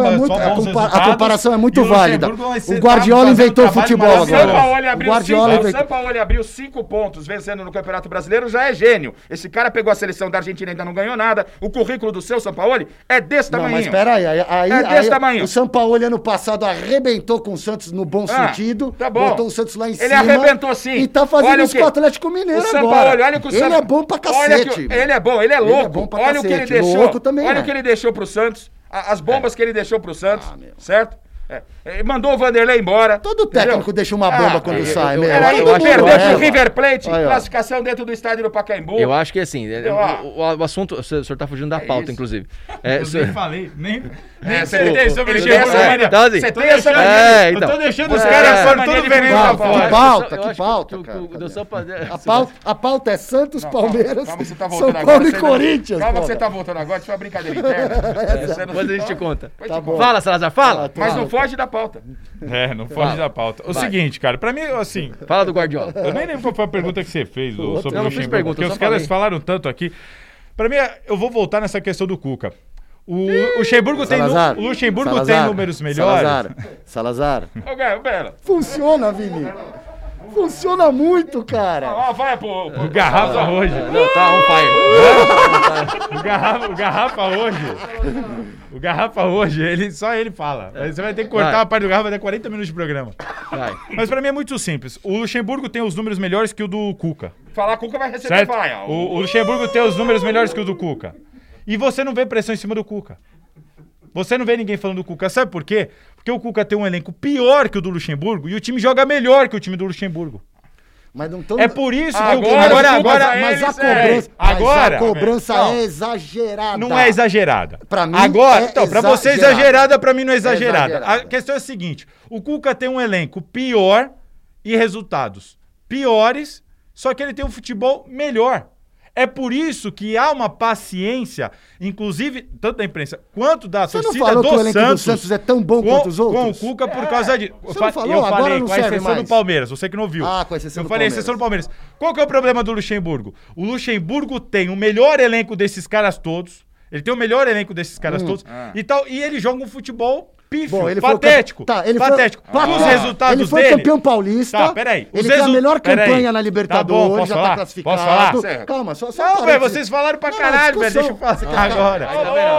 é muito válida. O Guardiola inventou o futebol agora.
O Sampaoli abriu 5 pontos vencendo no Campeonato Brasileiro, já é gênio. Esse cara pegou a seleção da Argentina e ainda não ganhou nada. O currículo do seu Sampaoli é desse tamanho.
Mas peraí,
desse tamanho.
O Sampaoli ano passado arrebentou com o Santos no bom sentido.
Tá bom.
Botou o Santos lá em cima.
Ele arrebentou sim.
E tá fazendo isso com o Atlético Mineiro agora. Ele é bom pra cacete.
Ele é bom, ele é louco. Olha o que ele deixou.
Louco também.
Olha o que ele deixou pro Santos. As bombas que ele deixou pro Santos, certo? Ele mandou o Vanderlei embora.
Todo técnico deixa uma bomba quando sai, meu.
Perdeu pro River Plate, classificação dentro do estádio do Pacaembu.
Eu acho que assim, o assunto, o senhor tá fugindo da pauta, inclusive.
Eu nem falei, nem
você
sobre
tem essa
mania. Eu tô deixando os caras fora todo veneno da
pauta. Que pauta, cara. A pauta é Santos, Palmeiras, São Paulo e Corinthians.
Calma que você tá voltando agora, isso é uma brincadeira interna.
Depois a gente te conta.
Fala,
Salazar, fala.
Mas não foge da pauta.
Não foge da pauta. O seguinte, cara, pra mim, assim...
Fala do Guardiola.
Eu nem lembro qual foi a pergunta que você fez sobre o Luxemburgo, porque os caras
falei.
falaram tanto aqui. Pra mim, eu vou voltar nessa questão do Cuca. O Luxemburgo tem números melhores.
Salazar.
Bela.
Funciona, Vini. Funciona muito, cara.
Vai pro
Garrafa hoje.
Não, tá on fire.
O Garrafa hoje, só ele fala. Você vai ter que cortar a parte do Garrafa, vai ter 40 minutos de programa. Mas pra mim é muito simples. O Luxemburgo tem os números melhores que o do Cuca.
Falar Cuca vai receber faia.
O Luxemburgo tem os números melhores que o do Cuca. E você não vê pressão em cima do Cuca. Você não vê ninguém falando do Cuca. Sabe por quê? Porque o Cuca tem um elenco pior que o do Luxemburgo e o time joga melhor que o time do Luxemburgo.
Mas não tão...
É por isso que
agora,
mas
a cobrança é exagerada.
Não é exagerada.
Pra mim
agora,
é
então, pra você é exagerada, pra mim não é exagerada. A questão é a seguinte, o Cuca tem um elenco pior e resultados piores, só que ele tem um futebol melhor. É por isso que há uma paciência, inclusive, tanto da imprensa quanto da torcida do Santos. Você não falou que o elenco do
Santos é tão bom quanto os outros?
Com o Cuca por causa disso.
Você não falou?
Eu
Agora
falei,
não
com a
serve
exceção
mais.
do Palmeiras, você que não viu.
Com a exceção do Palmeiras.
Eu falei exceção do Palmeiras. Qual que é o problema do Luxemburgo? O Luxemburgo tem o melhor elenco desses caras todos. Ele tem o melhor elenco desses caras todos. E ele joga um futebol pífio, patético. Patético. Os resultados
ele foi campeão paulista.
Tá, peraí.
Ele tem a melhor campanha na Libertadores, já tá classificado.
Posso falar?
Calma, só
não, velho, vocês falaram pra caralho, velho. Deixa eu falar agora.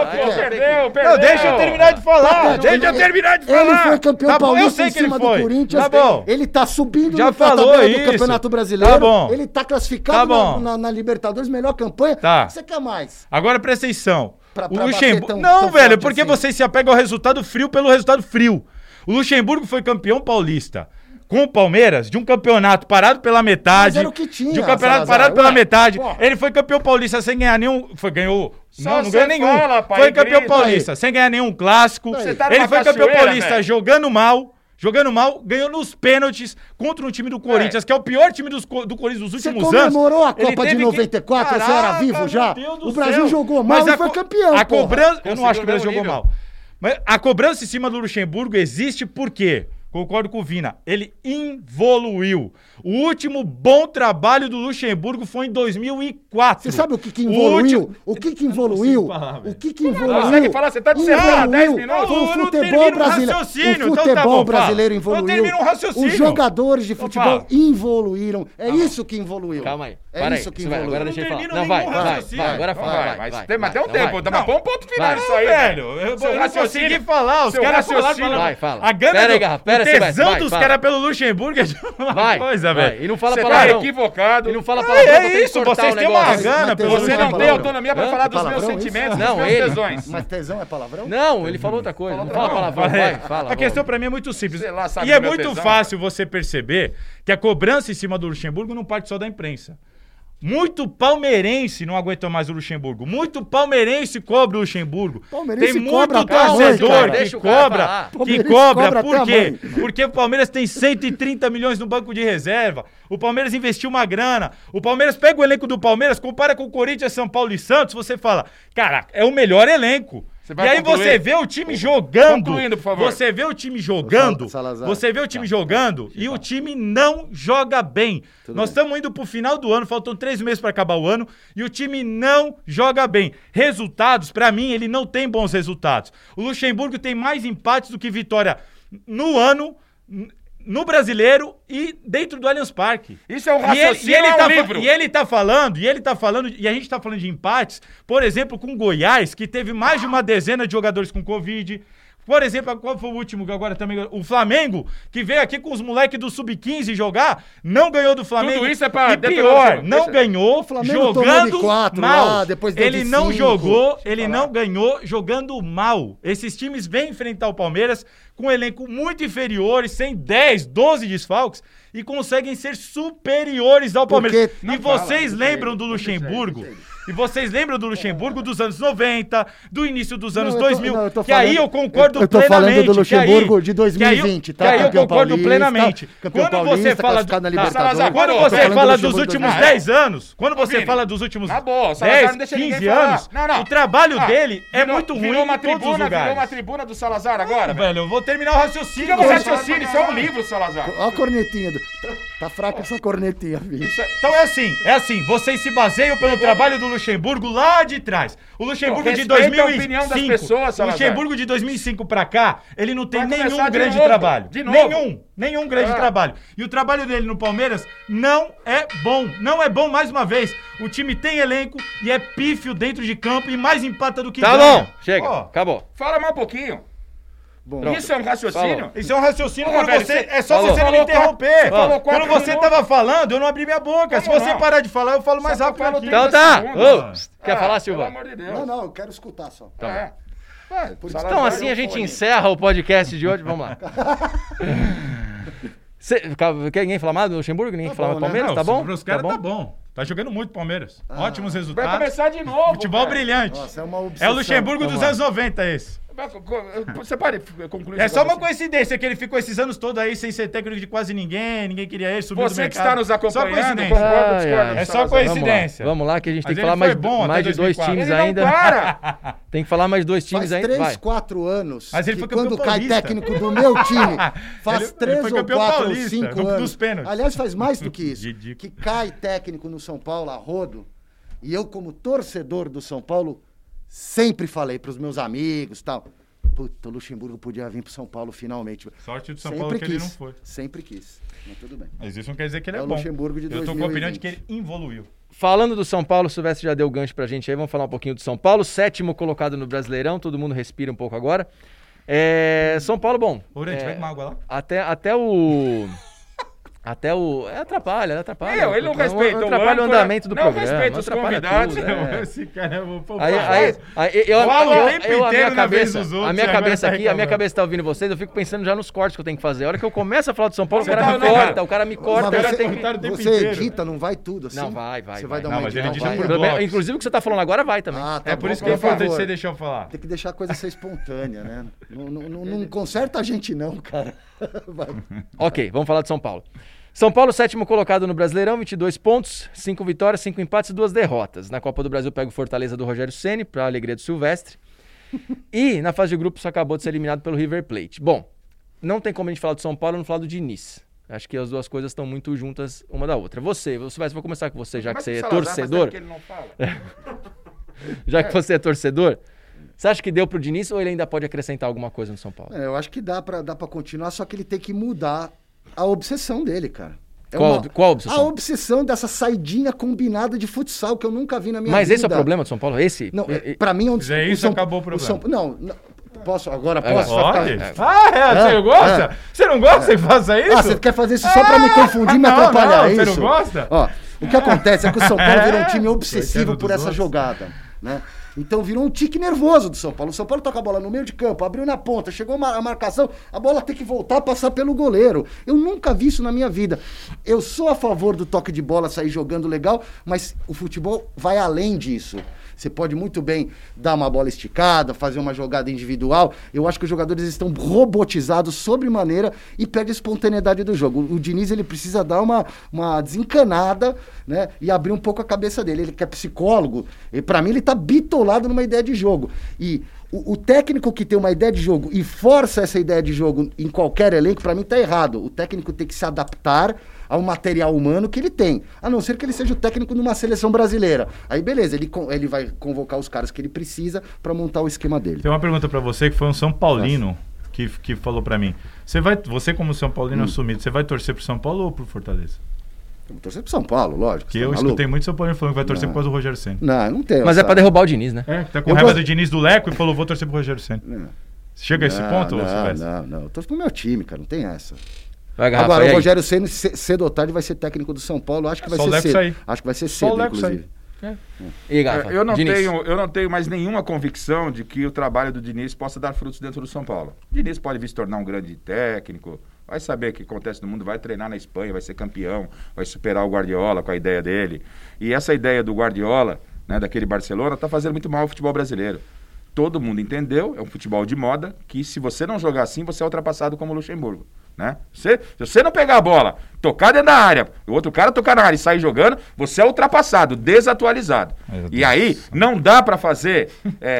Perdeu. Não, deixa eu terminar de falar.
Ele foi campeão paulista em cima do Corinthians.
Tá bom.
Ele tá subindo
já
no
falou isso.
do Campeonato Brasileiro.
Tá bom.
Ele tá classificado na Libertadores, melhor campanha.
Tá.
O que você quer mais?
Agora presta atenção.
O
Luxemburgo... Não, velho, porque assim. Você se apega ao resultado frio pelo resultado frio. O Luxemburgo foi campeão paulista com o Palmeiras, de um campeonato parado pela metade.
Mas era o que tinha,
de um campeonato parado pela metade. Porra. Ele foi campeão paulista sem ganhar nenhum... Ganhou... Não ganhou nenhum. Foi campeão paulista sem ganhar nenhum clássico. Ele foi campeão paulista jogando mal, ganhou nos pênaltis contra um time do Corinthians, que é o pior time do Corinthians dos últimos anos.
Você comemorou a Copa de 94, você era vivo já? O Brasil jogou mal e foi campeão,
a cobrança, eu não acho que o Brasil jogou mal. Mas a cobrança em cima do Luxemburgo existe por quê? Concordo com o Vina. Ele evoluiu. O último bom trabalho do Luxemburgo foi em 2004.
Você sabe o que evoluiu? O que evoluiu? O que evoluiu?
Você que fala, você tá dizendo 10 minutos.
O futebol brasileiro. O futebol brasileiro evoluiu. Os jogadores de futebol evoluíram. É isso que evoluiu.
Calma aí.
É isso que evoluiu.
Agora deixa eu falar. Não, vai. Agora fala.
Mas tem um tempo. Mas põe um ponto final nisso aí,
velho. Eu não consegui falar. Os caras falaram.
Vai, fala.
A gana o tesão dos caras pelo Luxemburgo é uma coisa, velho.
E não fala
palavrão. Você tá equivocado.
E não fala palavrão.
É isso, vocês têm uma gana.
Você não tem autonomia pra falar dos meus sentimentos, dos meus tesões.
Mas tesão é palavrão?
Não, ele falou outra coisa. Não fala palavrão. Vai, fala.
A questão pra mim é muito simples. E é muito fácil você perceber que a cobrança em cima do Luxemburgo não parte só da imprensa. Muito palmeirense não aguentou mais o Luxemburgo. Muito palmeirense cobra o Luxemburgo.
Palmeirense
tem muito torcedor que cobra. Por quê? Porque o Palmeiras tem 130 milhões no banco de reserva. O Palmeiras investiu uma grana. O Palmeiras pega o elenco do Palmeiras, compara com o Corinthians, São Paulo e Santos, você fala, caraca, é o melhor elenco. E aí você vê o time jogando.
Concluindo, por favor.
Você vê o time jogando. E o time não joga bem. Nós estamos indo pro final do ano, faltam 3 meses para acabar o ano e o time não joga bem. Resultados, para mim, ele não tem bons resultados. O Luxemburgo tem mais empates do que vitória no ano, no Brasileiro e dentro do Allianz Parque.
Isso é um raciocínio, livro.
E ele tá falando, e a gente tá falando de empates, por exemplo, com Goiás, que teve mais de uma dezena de jogadores com Covid. Por exemplo, qual foi o último que agora também... O Flamengo, que veio aqui com os moleques do Sub-15 jogar, não ganhou do Flamengo.
Tudo isso é pra...
E pior, não ganhou jogando mal.
Lá, depois
ele não jogou, ele não ganhou jogando mal. Esses times vêm enfrentar o Palmeiras com um elenco muito inferiores, sem 10, 12 desfalques, e conseguem ser superiores ao Palmeiras. E vocês lembram do Luxemburgo? E vocês lembram do Luxemburgo dos anos 90, do início dos anos 2000, que aí eu concordo plenamente.
Eu tô falando do Luxemburgo de 2020, tá?
Que aí eu concordo plenamente. Quando você fala dos últimos 10 anos, quando você fala dos últimos 10, 15 anos, o trabalho dele é muito ruim em todos os lugares.
Virou uma tribuna do Salazar agora,
velho. Eu vou terminar o raciocínio.
Isso é um livro, Salazar.
Olha a cornetinha. Tá fraca essa cornetinha, bicho.
Então é assim, vocês se baseiam pelo trabalho do Luxemburgo lá de trás. O Luxemburgo de 2005, Luxemburgo de 2005 pra cá, ele não tem nenhum grande trabalho. Nenhum grande trabalho. E o trabalho dele no Palmeiras não é bom. Não é bom mais uma vez. O time tem elenco e é pífio dentro de campo e mais empata do que ganha.
Tá bom, chega, acabou.
Fala mais um pouquinho.
Bom,
isso é um raciocínio?
Falou. Isso é um raciocínio quando você... É só você não me interromper. Quando você tava falando, eu não abri minha boca. Se você parar de falar, eu falo mais rápido aqui.
Então tá. Quer falar, Silva?
Pelo amor de Deus.
Não, eu quero escutar só.
Tá. Então assim a gente encerra o podcast de hoje. Vamos lá. Quer ninguém falar mais do Luxemburgo? Ninguém falar do Palmeiras?
Não,
tá bom?
Para os caras tá bom. Tá jogando muito Palmeiras. Ótimos resultados.
Vai começar de novo.
Futebol brilhante.
Nossa, é uma obsessão.
É o Luxemburgo dos anos 90 esse.
Você pode concluir.
É só uma coincidência que ele ficou esses anos todos aí sem ser técnico de quase ninguém queria ele, subiu do
Você
mercado.
que está nos acompanhando,
só coincidência.
concordo, discordo.
É só coincidência.
Vamos lá que a gente tem
Mas
que falar
ele foi bom
mais
até
de dois
2004.
times
Ele não
ainda.
para.
Tem que falar mais 2 times
Faz
ainda.
3, 4 anos
Mas ele
que
foi campeão
quando cai
paulista.
técnico do meu time, faz
Ele
3
foi
ou
campeão
4 ou
paulista,
5
dos
anos.
pênaltis.
Aliás, faz mais do que isso.
Ridículo.
Que cai técnico no São Paulo a rodo. E eu, como torcedor do São Paulo, sempre falei pros meus amigos e tal. Puta, o Luxemburgo podia vir pro São Paulo finalmente.
Sorte do São
Sempre
Paulo que
quis,
ele não foi.
Sempre quis. Mas tudo bem.
Mas isso não quer dizer que ele é
É o
bom.
Luxemburgo de
Eu tô com a
2020.
opinião de que ele evoluiu.
Falando do São Paulo, o Silvestre já deu gancho pra gente aí, vamos falar um pouquinho do São Paulo. 7º colocado no Brasileirão, todo mundo respira um pouco agora. São Paulo, bom.
Orante, vai com uma água lá.
Até o... Atrapalha.
Ele não respeita
atrapalha o andamento do programa.
Não respeita os
atrapalha
convidados.
tudo,
Esse cara é um pouco.
A minha cabeça tá ouvindo vocês, eu fico pensando já nos cortes que eu tenho que fazer. A hora que eu começo a falar do São Paulo, o cara me corta.
Mas você
inteiro.
edita, não vai tudo assim?
Não, vai.
Você vai dar
Não,
uma
mas ele
editada?
edita
Vai.
por blocos.
Inclusive o que você tá falando agora vai também.
Ah, tá
É por
bom,
isso que é importante
favor.
você deixar eu falar.
Tem que deixar a coisa ser espontânea, né? Não conserta a gente não, cara. Vai.
Ok, vamos falar de São Paulo. São Paulo, 7º colocado no Brasileirão, 22 pontos, 5 vitórias, 5 empates e 2 derrotas. Na Copa do Brasil pega o Fortaleza do Rogério Ceni, para a alegria do Silvestre. E na fase de grupos acabou de ser eliminado pelo River Plate. Bom, não tem como a gente falar do São Paulo e não falar do Diniz. Acho que as duas coisas estão muito juntas uma da outra. Silvestre, vou começar com você, já que você é torcedor. Já que você é torcedor, você acha que deu pro Diniz ou ele ainda pode acrescentar alguma coisa no São Paulo?
Eu acho que dá pra continuar, só que ele tem que mudar a obsessão dele, cara.
Qual obsessão?
A obsessão dessa saidinha combinada de futsal que eu nunca vi na minha vida.
Mas esse é o problema do São Paulo? Esse?
Não, pra mim...
É isso, acabou o problema.
Não, posso? Agora
Pode?
posso?
Você gosta? Você não gosta que faça isso?
Você quer fazer isso só pra me confundir e me atrapalhar, é isso?
Você não gosta?
Ó, o que acontece é que o São Paulo virou um time obsessivo
Coitado
por
dos
essa
outros.
jogada, né? Então virou um tique nervoso do São Paulo. O São Paulo toca a bola no meio de campo, abriu na ponta, chegou a marcação, a bola tem que voltar a passar pelo goleiro. Eu nunca vi isso na minha vida. Eu sou a favor do toque de bola, sair jogando legal, mas o futebol vai além disso. Você pode muito bem dar uma bola esticada, fazer uma jogada individual. Eu acho que os jogadores estão robotizados sobremaneira e perde a espontaneidade do jogo. O Diniz, ele precisa dar uma desencanada, né? E abrir um pouco a cabeça dele. Ele que é psicólogo, e para mim ele tá bitolado numa ideia de jogo. E o técnico que tem uma ideia de jogo e força essa ideia de jogo em qualquer elenco, para mim tá errado. O técnico tem que se adaptar ao material humano que ele tem, a não ser que ele seja o técnico de uma seleção brasileira. Aí beleza, ele vai convocar os caras que ele precisa para montar o esquema dele.
Tem uma pergunta pra você que foi um São Paulino que falou pra mim. Você como São Paulino assumido, você vai torcer pro São Paulo ou pro Fortaleza?
Eu vou torcer pro São Paulo, lógico.
Porque eu escutei muito São Paulino falando que vai torcer por causa do Rogério Ceni.
Não tem.
Mas é pra derrubar o Diniz, né?
Tá com raiva do Diniz do Leco e falou, vou torcer pro Rogério Ceni. Chega a esse ponto, ou Silvestre?
Não. Eu torço pro meu time, cara, não tem essa.
Vai, Garrafa,
agora,
o
Rogério Ceni, cedo ou tarde, vai ser técnico do São Paulo. Acho que vai
Só o
ser
Leco
cedo.
sair.
Acho que vai ser
Só o
cedo,
Leco
inclusive.
E Garrafa,
eu
Diniz.
não tenho mais nenhuma convicção de que o trabalho do Diniz possa dar frutos dentro do São Paulo. O Diniz pode vir se tornar um grande técnico, vai saber o que acontece no mundo, vai treinar na Espanha, vai ser campeão, vai superar o Guardiola com a ideia dele. E essa ideia do Guardiola, né, daquele Barcelona, está fazendo muito mal ao futebol brasileiro. Todo mundo entendeu, é um futebol de moda, que se você não jogar assim, você é ultrapassado como o Luxemburgo. Né? Se você não pegar a bola, tocar dentro da área, o outro cara tocar na área e sair jogando, você é ultrapassado, desatualizado. E aí não dá para fazer,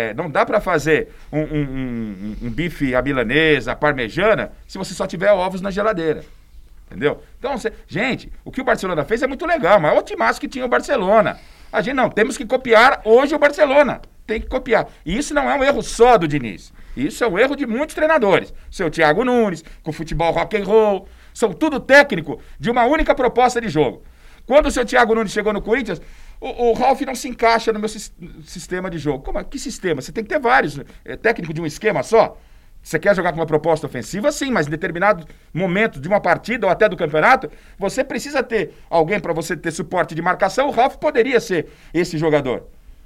um bife à milanesa, à parmejana, se você só tiver ovos na geladeira. Entendeu? Então, gente, o que o Barcelona fez é muito legal, mas é o timaço que tinha o Barcelona. A gente não, temos que copiar hoje o Barcelona. Tem que copiar. E isso não é um erro só do Diniz. Isso é um erro de muitos treinadores. Seu Thiago Nunes, com futebol rock and roll. São tudo técnico de uma única proposta de jogo. Quando o seu Thiago Nunes chegou no Corinthians, o Ralf não se encaixa no meu sistema de jogo. Como? Que sistema? Você tem que ter vários. Técnico de um esquema só? Você quer jogar com uma proposta ofensiva? Sim, mas em determinado momento de uma partida ou até do campeonato, você precisa ter alguém para você ter suporte de marcação. O Ralf poderia ser esse jogador.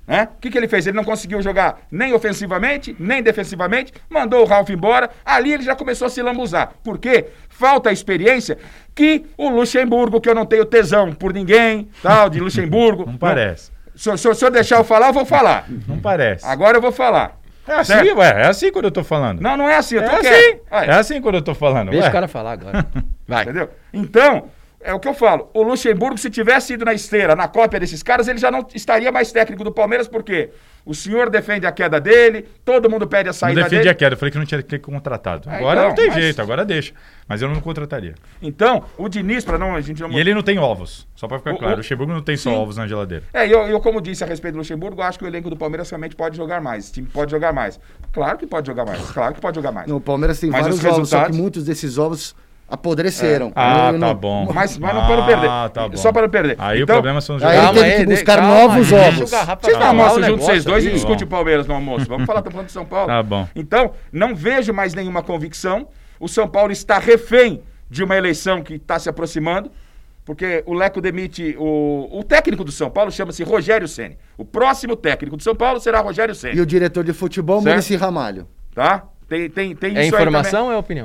Né? O que ele fez? Ele não conseguiu jogar nem ofensivamente, nem defensivamente, mandou o Ralf embora, ali ele já começou a se lambuzar. Por quê? Falta a experiência que o Luxemburgo, que eu não tenho tesão por ninguém, tal, de Luxemburgo.
Não parece.
Se o senhor deixar eu falar, eu vou falar.
Não parece.
Agora eu vou falar.
É assim, ué, é assim quando eu tô falando.
Não é assim, eu tô
assim. É assim quando eu tô falando.
Deixa
ué.
o cara falar agora. Vai.
Entendeu? Então, é o que eu falo. O Luxemburgo, se tivesse ido na esteira, na cópia desses caras, ele já não estaria mais técnico do Palmeiras, porque o senhor defende a queda dele, todo mundo pede a
Não
saída
defendi
dele.
a queda, eu falei que não tinha que ter contratado. Agora
então,
não tem
mas-
jeito, agora deixa. Mas eu não contrataria.
Então, o Diniz, pra não... A gente não...
E ele não tem ovos, só pra ficar
O-
claro.
o-
O Luxemburgo não tem só
Sim.
ovos na geladeira.
eu, como disse a respeito do Luxemburgo, acho que o elenco do Palmeiras realmente pode jogar mais. Esse time pode jogar mais. Claro que pode jogar mais. Claro que pode jogar mais.
No Palmeiras tem
Mas
vários
os
ovos, só que
resultados-
muitos desses ovos apodreceram.
Ah,
Eu
tá
não-
bom.
Mas não para não perder.
Tá bom.
Só para não perder.
Aí
Então,
o problema são os
Aí
jogadores.
ele teve que buscar novos
deixa
ovos.
o Garrafa
Vocês não
falar o
almoçam juntos
negócio
vocês dois e
aí.
discute o Palmeiras no almoço. Vamos falar, estamos falando de São Paulo.
Tá bom.
Então, não vejo mais nenhuma convicção. O São Paulo está refém de uma eleição que está se aproximando, porque o Leco demite o técnico do São Paulo, chama-se Rogério Ceni. O próximo técnico do São Paulo será Rogério Ceni.
E o diretor de futebol,
Certo.
Muricy Ramalho.
Tá? Tem isso
É
aí
informação ou é opinião?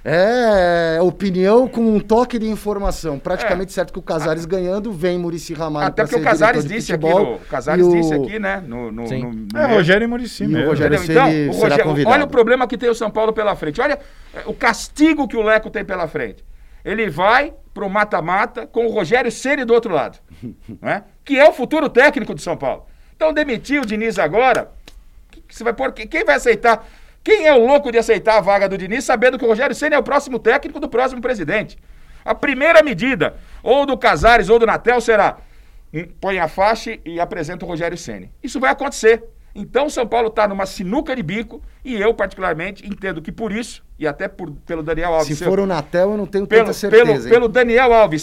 É opinião com um toque de informação. Praticamente certo que o Casares ganhando, vem Muricy Ramalho.
Até
pra
porque o
ser
Casares
diretor de
disse aqui,
futebol,
o Casares
e o-
disse aqui, né?
Sim.
É, Rogério e Muricy
E o
mesmo.
Rogério-
Entendeu? Então,
Ceni
o
será
Rogério,
convidado.
olha o problema que tem o São Paulo pela frente. Olha o castigo que o Leco tem pela frente. Ele vai pro mata-mata com o Rogério Ceni do outro lado, né? Que é o futuro técnico do São Paulo. Então, demitir o Diniz agora, que você vai pôr, quem vai aceitar? Quem é o louco de aceitar a vaga do Diniz sabendo que o Rogério Ceni é o próximo técnico do próximo presidente? A primeira medida, ou do Casares ou do Natel, será põe a faixa e apresenta o Rogério Ceni. Isso vai acontecer. Então o São Paulo está numa sinuca de bico e eu, particularmente, entendo que por isso, e até pelo Daniel Alves...
Se for o Natel, eu não tenho tanta
pelo,
certeza. hein?
pelo Daniel Alves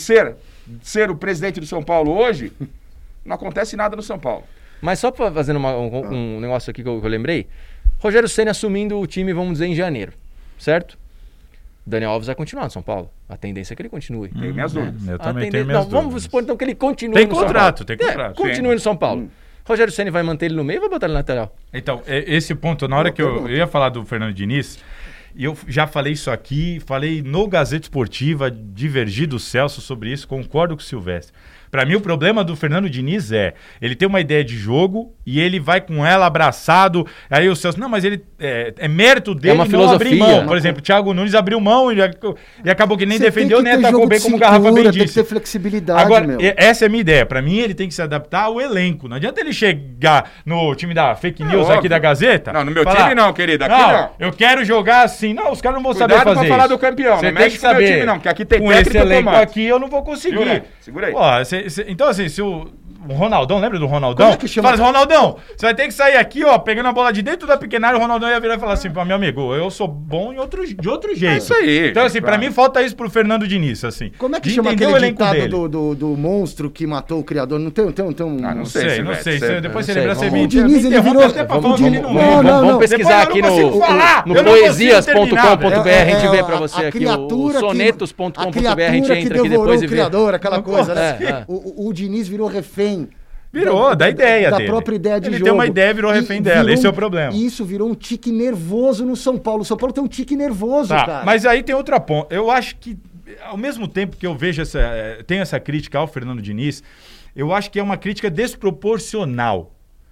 ser o presidente do São Paulo hoje, não acontece nada no São Paulo.
Mas só pra fazendo um negócio aqui que eu lembrei, Rogério Ceni assumindo o time, vamos dizer, em janeiro, certo? Daniel Alves vai continuar no São Paulo. A tendência é que ele continue.
Tem minhas dúvidas.
Eu
A
também
tendência-
tenho minhas
não, vamos
dúvidas.
supor então que ele continue
Tem
no São
contrato,
Paulo.
tem contrato,
Continue
sim.
no São Paulo. Rogério Ceni vai manter ele no meio ou vai botar ele na lateral?
Então, esse ponto, na hora que eu ia falar do Fernando Diniz, e eu já falei isso aqui, falei no Gazeta Esportiva, divergi do Celso sobre isso, concordo com o Silvestre. Pra mim, o problema do Fernando Diniz ele tem uma ideia de jogo e ele vai com ela abraçado. Aí o Celso, não, mas ele é mérito dele
uma
não abrir
filosofia.
mão. Por exemplo, o Thiago Nunes abriu mão e acabou que nem
Você
defendeu,
tem
nem
que ter
atacou
jogo
bem,
de
como o Garrafa bem
cintura, tem que
disse.
ter flexibilidade,
Agora,
meu.
essa é a minha ideia. Pra mim, ele tem que se adaptar ao elenco. Não adianta ele chegar no time da fake news aqui
óbvio.
da Gazeta.
Não, no meu
falar,
time não, querido. Aqui não.
eu quero jogar assim. Não, os caras não vão
Cuidado
saber fazer
pra falar
isso.
do campeão,
Você
não
tem
mexe
que
com o meu
saber.
time não, porque aqui tem
com
técnico
esse elenco
automático.
aqui eu não vou conseguir.
Segura aí.
Pô, então assim, se o Ronaldão, lembra do Ronaldão?
Como é que chama?
Fala assim, Ronaldão, você vai ter que sair aqui, ó, pegando a bola de dentro da pequena área, o Ronaldão ia virar e falar assim, pô, meu amigo, eu sou bom de outro jeito.
É isso aí,
Então assim, pra
claro.
mim falta isso pro Fernando Diniz, assim.
Como é que
de
chama
entender
aquele
o elenco
ditado
dele.
do monstro que matou o criador? Não tem um...
Ah,
Não sei.
Silvestre,
Depois
não
você lembra,
sei.
você
O
me
Diniz, ele
interrompe
virou-
até pra
Vamos-
falar que ele
vamos-
não
Não,
lembra.
não,
Vamos
não.
pesquisar aqui
Depois eu não
no
consigo falar,
no
eu não consigo
poesias.com.br, a gente vê pra
a
você aqui o
criatura que-
sonetos.com.br, a gente
criatura
entra
que
aqui
devorou
depois e
o
vê.
criador, aquela coisa, né?
É.
O Diniz virou refém.
Virou, da ideia
da
dele.
própria ideia de
Ele
jogo.
tem uma ideia, virou refém dela, esse é o problema.
E isso virou um tique nervoso no São Paulo. O São Paulo tem um tique nervoso,
Tá,
cara.
mas aí tem outra ponta. Eu acho que, ao mesmo tempo que eu vejo tenho essa crítica ao Fernando Diniz, eu acho que é uma crítica desproporcional.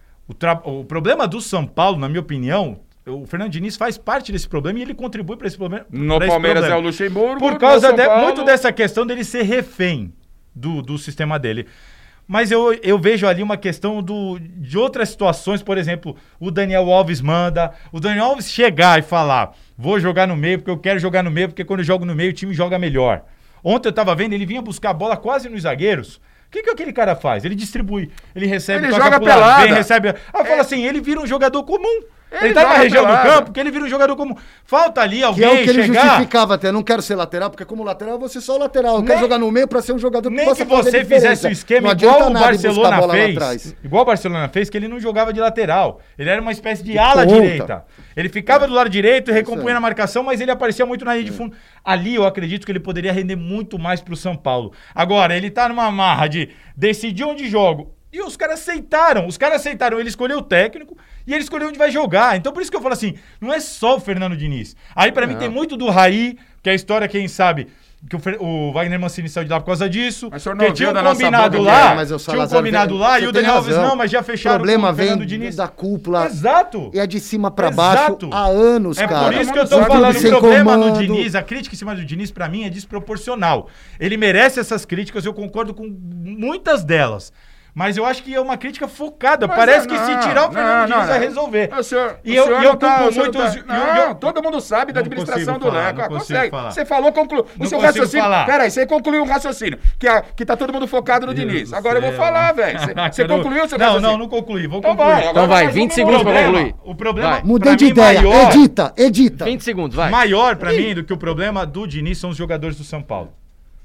O problema do São Paulo, na minha opinião, o Fernando Diniz faz parte desse problema e ele contribui para esse problema.
No
pra esse
Palmeiras
problema.
é o Luxemburgo.
Por
no
causa
São Paulo-
muito dessa questão dele ser refém do sistema dele. Mas eu vejo ali uma questão de outras situações, por exemplo, o Daniel Alves manda, o Daniel Alves chegar e falar, vou jogar no meio porque eu quero jogar no meio, porque quando eu jogo no meio o time joga melhor. Ontem eu tava vendo, ele vinha buscar a bola quase nos zagueiros. O que aquele cara faz? Ele distribui, ele recebe,
Ele
toca
joga
pro lado,
pelada.
vem, recebe. Fala assim, ele vira um jogador comum. Ele tá
joga
na região
pelada.
do campo, que ele vira um jogador comum. Falta ali
Que
alguém
é o que ele
chegar...
justificava até. Não quero ser lateral, porque como lateral eu vou ser só lateral. Eu quero jogar no meio pra ser um jogador que
Nem
possa
que
fazer
você
diferença.
fizesse o esquema
Não adianta
igual o
nada ir buscar a
Barcelona
bola lá
fez.
atrás.
Igual o Barcelona fez, que ele não jogava de lateral. Ele era uma espécie de ala
ponta.
direita. Ele ficava do lado direito, recompunha na marcação, mas ele aparecia muito na linha de fundo. Ali eu acredito que ele poderia render muito mais pro São Paulo. Agora, ele tá numa marra de decidir onde jogo. E os caras aceitaram. Ele escolheu o técnico e ele escolheu onde vai jogar. Então, por isso que eu falo assim, não é só o Fernando Diniz. Aí, pra mim, tem muito do Raí, que é a história, quem sabe, que o Wagner Mancini saiu de lá por causa disso.
Mas o senhor não
porque
ouviu
tinha
da
um
nossa
combinado
boca,
lá,
mas eu só,
tinha um
Lázaro,
combinado lá,
você
e o
tem
Daniel Alves,
razão.
não, mas já
O
fecharam
problema
com o Fernando
vem
Diniz.
da cúpula.
Exato.
E é de cima pra baixo
Exato.
há anos,
É
cara.
por isso que eu tô
Tudo
falando, o
sem
problema
comando.
no Diniz, a crítica em cima do Diniz, pra mim, é desproporcional. Ele merece essas críticas, eu concordo com muitas delas. Mas eu acho que é uma crítica focada.
Mas
Parece que se tirar o Fernando Diniz vai resolver.
Eu culpo muitos... todo mundo sabe da administração do Leco. Consegue. Você falou, concluiu. O seu raciocínio... Peraí, você concluiu um raciocínio. Que tá todo mundo focado no Diniz. Agora eu vou falar, velho. Você concluiu o seu raciocínio?
Não concluí. Vou
então
concluir.
Então vai, 20 segundos pra concluir.
O problema...
Mudei de ideia. Edita.
20 segundos, vai.
Maior pra mim do que o problema do Diniz são os jogadores do São Paulo.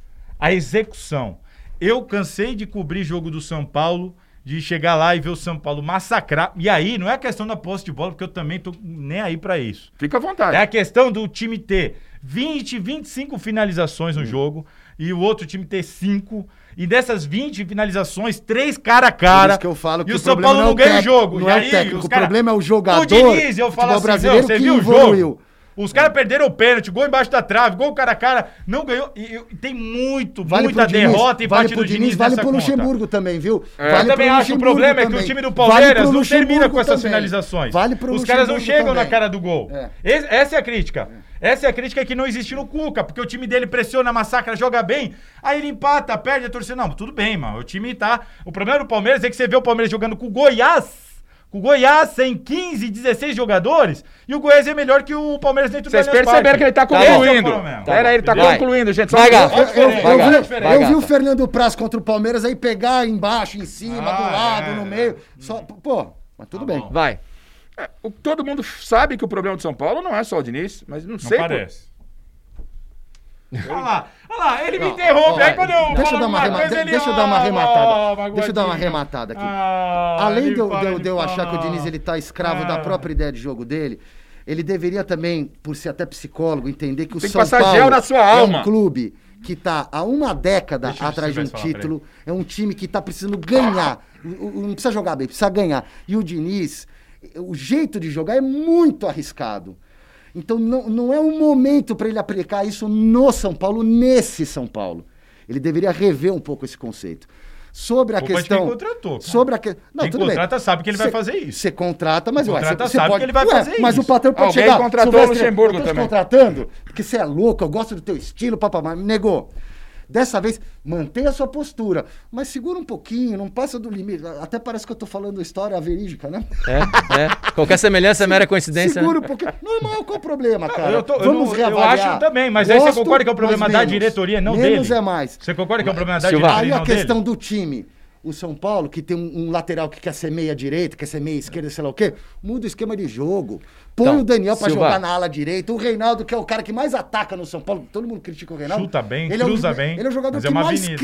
A execução. Eu cansei de cobrir jogo do São Paulo, de chegar lá e ver o São Paulo massacrar. E aí, não é a questão da posse de bola, porque eu também tô nem aí pra isso.
Fica à vontade.
É a questão do time ter 20, 25 finalizações no jogo e o outro time ter 5. E dessas 20 finalizações, 3 cara a cara.
Por isso que eu falo que
e o
o
São
problema
Paulo
não
não ganha
é
o jogo.
não
E
é
aí,
o técnico,
os
o
cara...
problema é o jogador.
O Diniz, eu falo
futebol
assim,
brasileiro
você
que
viu o
evoluiu.
jogo? Os caras perderam o pênalti, gol embaixo da trave, gol cara a cara, não ganhou. E tem muita derrota e parte do Diniz
vale
nessa
pro
conta.
Luxemburgo também, viu?
Eu também acho que o problema é que o time do Palmeiras não termina com essas finalizações. Os caras não chegam na cara do gol. Essa é a crítica. Essa é a crítica que não existe no Cuca, porque o time dele pressiona, massacra, joga bem, aí ele empata, perde a torcida. Não, tudo bem, mano. O time tá... O problema do Palmeiras é que você vê o Palmeiras jogando com o Goiás. O Goiás tem 15, 16 jogadores e o Goiás é melhor que o Palmeiras dentro do
Vocês perceberam que ele tá concluindo. Pera aí, ele tá concluindo, gente.
Vai,
Eu vi o Fernando Praz contra o Palmeiras aí pegar embaixo, em cima, do lado, no meio. Só, pô, mas tudo bem.
Vai.
Todo mundo sabe que o problema do São Paulo não é só o Diniz, mas não sei.
Parece. Olha lá, ele me interrompe. Aí quando eu
Deixa eu dar uma rematada. Deixa eu dar uma
Maguatinho.
rematada aqui. Além de eu achar que o Diniz ele tá escravo da própria ideia de jogo dele, ele deveria também, por ser até psicólogo, entender que o
Tem que
São
passar
Paulo
gel na sua
é
alma.
um clube que tá há uma década atrás de um título, é um time que tá precisando ganhar. Não precisa jogar bem, precisa ganhar. E o Diniz, o jeito de jogar é muito arriscado. Então não é um momento para ele aplicar isso no São Paulo, nesse São Paulo. Ele deveria rever um pouco esse conceito. Sobre a questão...
Quem contratou.
Sobre a que... Não,
quem
tudo
contrata
bem.
sabe que ele vai fazer isso.
Você contrata, mas
contrata
você
sabe
pode...
que ele vai fazer
mas
isso.
o patrão pode
Alguém
chegar...
contratou
Silvestre,
o Luxemburgo
eu tô te
também.
contratando porque você é louco, eu gosto do teu estilo, papapá. Me negou. Dessa vez, mantenha a sua postura, mas segura um pouquinho, não passa do limite. Até parece que eu tô falando história verídica, né?
Qualquer semelhança é mera coincidência.
Segura
né?
um pouquinho. Normal, qual o problema, cara?
Vamos reavaliar. Eu acho também, mas aí você concorda que é o problema da diretoria, não dele?
Menos é mais.
Você concorda que é o problema da
Silva,
diretoria,
Aí
não
a
dele?
questão do time. O São Paulo, que tem um lateral que quer ser meia direita, quer ser meia esquerda, sei lá o quê, muda o esquema de jogo. Põe
Então,
o Daniel pra
Silva.
jogar na ala direita. O Reinaldo, que é o cara que mais ataca no São Paulo. Todo mundo critica o Reinaldo.
Chuta bem,
Ele
cruza
é
bem,
Ele é o jogador
mas é
que
uma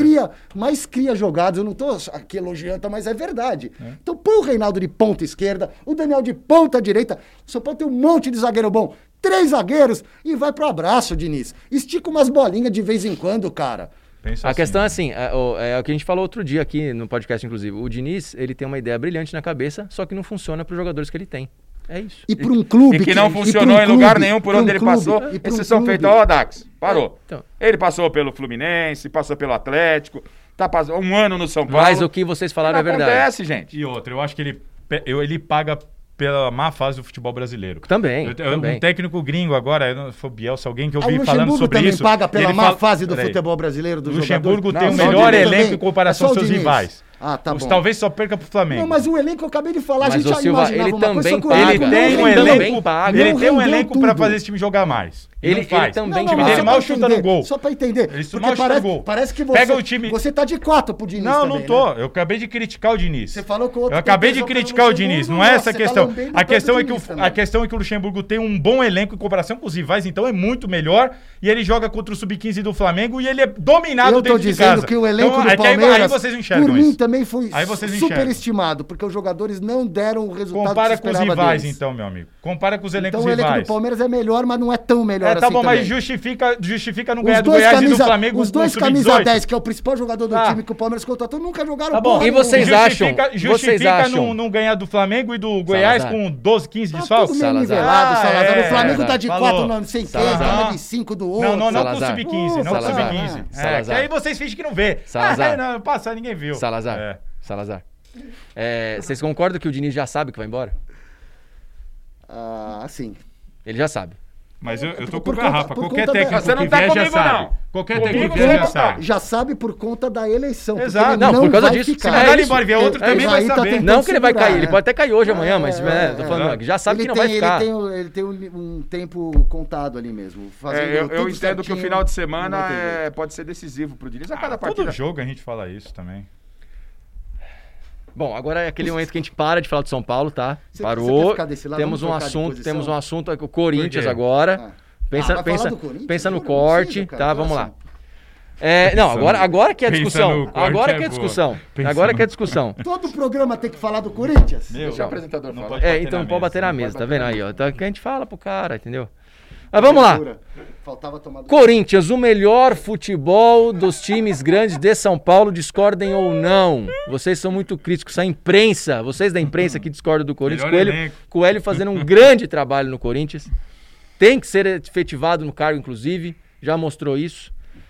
mais cria jogadas. Eu não tô aqui elogiando, mas é verdade. Então põe o Reinaldo de ponta esquerda, o Daniel de ponta direita. O São Paulo tem um monte de zagueiro bom. 3 zagueiros e vai pro abraço, Diniz. Estica umas bolinhas de vez em quando, cara.
A questão é assim, é o que a gente falou outro dia aqui no podcast, inclusive. O Diniz, ele tem uma ideia brilhante na cabeça, só que não funciona para os jogadores que ele tem. É isso.
E para um clube...
E que não funcionou em lugar nenhum por onde ele passou. Esses são feitos... Ó, Dax, parou.
Então.
Ele passou pelo Fluminense, passou pelo Atlético, tá passando um ano no São Paulo.
Mas o que vocês falaram é verdade.
Acontece, gente.
E outra, eu acho que ele paga pela má fase do futebol brasileiro.
Também.
Um técnico gringo agora, foi o Bielsa, alguém que eu vi
o
falando
Luxemburgo
sobre
também
isso.
paga pela má fase do futebol brasileiro do
Luxemburgo
jogador.
tem o
Não,
melhor
só o Diniz
elenco
também.
em comparação
É
aos
só o
seus
Diniz.
rivais.
Ah, tá bom.
Talvez só perca pro Flamengo.
Não, mas o elenco eu acabei de falar,
Mas
a gente já
Silva,
imaginava
ele
uma coisa,
também
só que o
paga.
elenco
Ele tem
não
um
rendeu.
elenco,
paga.
ele
Não
tem um
rendeu
elenco
tudo.
pra fazer esse time jogar mais.
Ele
faz.
também
O time dele
só
mal
pra
chuta
entender,
no gol.
Só pra entender.
Ele
Porque
mal chuta no gol.
parece que você...
Pega o time...
Você tá de 4 pro Diniz
Não,
também,
não tô.
né?
Eu acabei de criticar o Diniz.
Você falou que o outro
Eu acabei de
pesou pelo
criticar o
Luxemburgo,
Diniz, não é essa a
você tá
questão.
lambendo o
A
pé
questão
do
é que
Diniz
a
também.
questão é que o Luxemburgo tem um bom elenco em comparação com os rivais, então é muito melhor. E ele joga contra o Sub-15 do Flamengo e ele é dominado
Eu tô
dentro de
dizendo
casa.
que o elenco
então,
do
aí
Palmeiras,
vocês não enxergam
por mim
isso.
também foi
Aí vocês enxergam.
superestimado, porque os jogadores não deram o resultado
Compara
que
com os
esperava
rivais,
deles.
então, meu amigo. Compara com os elencos
Então o elenco
rivais.
do Palmeiras é melhor, mas não é tão melhor
Tá
assim
bom,
também.
mas justifica não ganhar do Goiás e do Flamengo
Os dois
no
camisa
Sub-18.
10, que é o principal jogador do
Ah.
time que o Palmeiras contratou, nunca jogaram
Tá bom.
porra
E vocês
nenhuma.
acham?
Justifica
acham?
não ganhar do Flamengo e do Goiás
Salazar.
com 12, 15
Tá
desfalques?
tudo meio
Salazar.
nivelado, Salazar.
É,
O Flamengo
Salazar.
tá de
Falou.
4 não sei quem,
Salazar.
toma de 5 do outro.
Não com o
Salazar.
Sub-15, não com o
Salazar.
Sub-15. É,
Salazar.
que aí vocês fingem que não vê.
Salazar.
Não, passa, ninguém viu.
Salazar.
É.
Salazar. Vocês concordam que o Diniz já sabe que vai embora?
Ah, sim.
Ele já sabe.
Mas eu tô com
Por
o Garrafa.
conta- por
Qualquer
conta da-
técnico
Você não
que
tá
vier já
comigo,
sabe.
não.
Qualquer
Comigo
técnico que
você
vier já
não tá.
sabe.
Já sabe por conta da eleição. porque
Exato.
ele
Não, por causa
vai
disso.
ficar.
Se
mandar ele
é isso.
embora e vier outro
É
também
isso.
vai
aí tá
saber.
tentando
Não que ele vai
segurar,
cair,
né?
ele pode até cair hoje, amanhã, mas tô falando que já sabe que não vai ficar.
Ele tem um tempo contado ali mesmo. fazendo
Eu
tudo
entendo que o
certinho,
final de
não
semana
vai ter jeito.
pode ser decisivo pro Diniz a cada
Todo
partida.
jogo a gente fala isso também.
Bom, agora é aquele momento que a gente para de falar de São Paulo, tá?
Você
Parou.
quer ficar desse lado?
Temos um
Vamos trocar de
assunto,
posição?
temos um assunto, o Corinthians
Por quê?
agora. Pensa,
vai
pensa,
falar do Corinthians?
pensa no
Não
corte,
precisa, cara,
tá?
agora
Vamos lá.
sim.
Não, agora que é a
pensa
discussão.
no corte
Agora
é
que é a
boa.
discussão.
Pensa
Agora
no-
que é a discussão.
Todo programa tem que falar do Corinthians?
Deixa o apresentador
não
falar.
pode bater
Então
na
não pode
mesa,
bater na
não
mesa,
pode
tá
bater
vendo
na
aí, ó? Então que a gente fala pro cara, entendeu? Mas vamos lá.
Faltava tomar do...
Corinthians, o melhor futebol dos times grandes de São Paulo, discordem ou não? Vocês são muito críticos, a imprensa, vocês da imprensa que discordam do Corinthians,
Melhor elenco.
Coelho fazendo um grande trabalho no Corinthians, tem que ser efetivado no cargo, inclusive, já mostrou isso.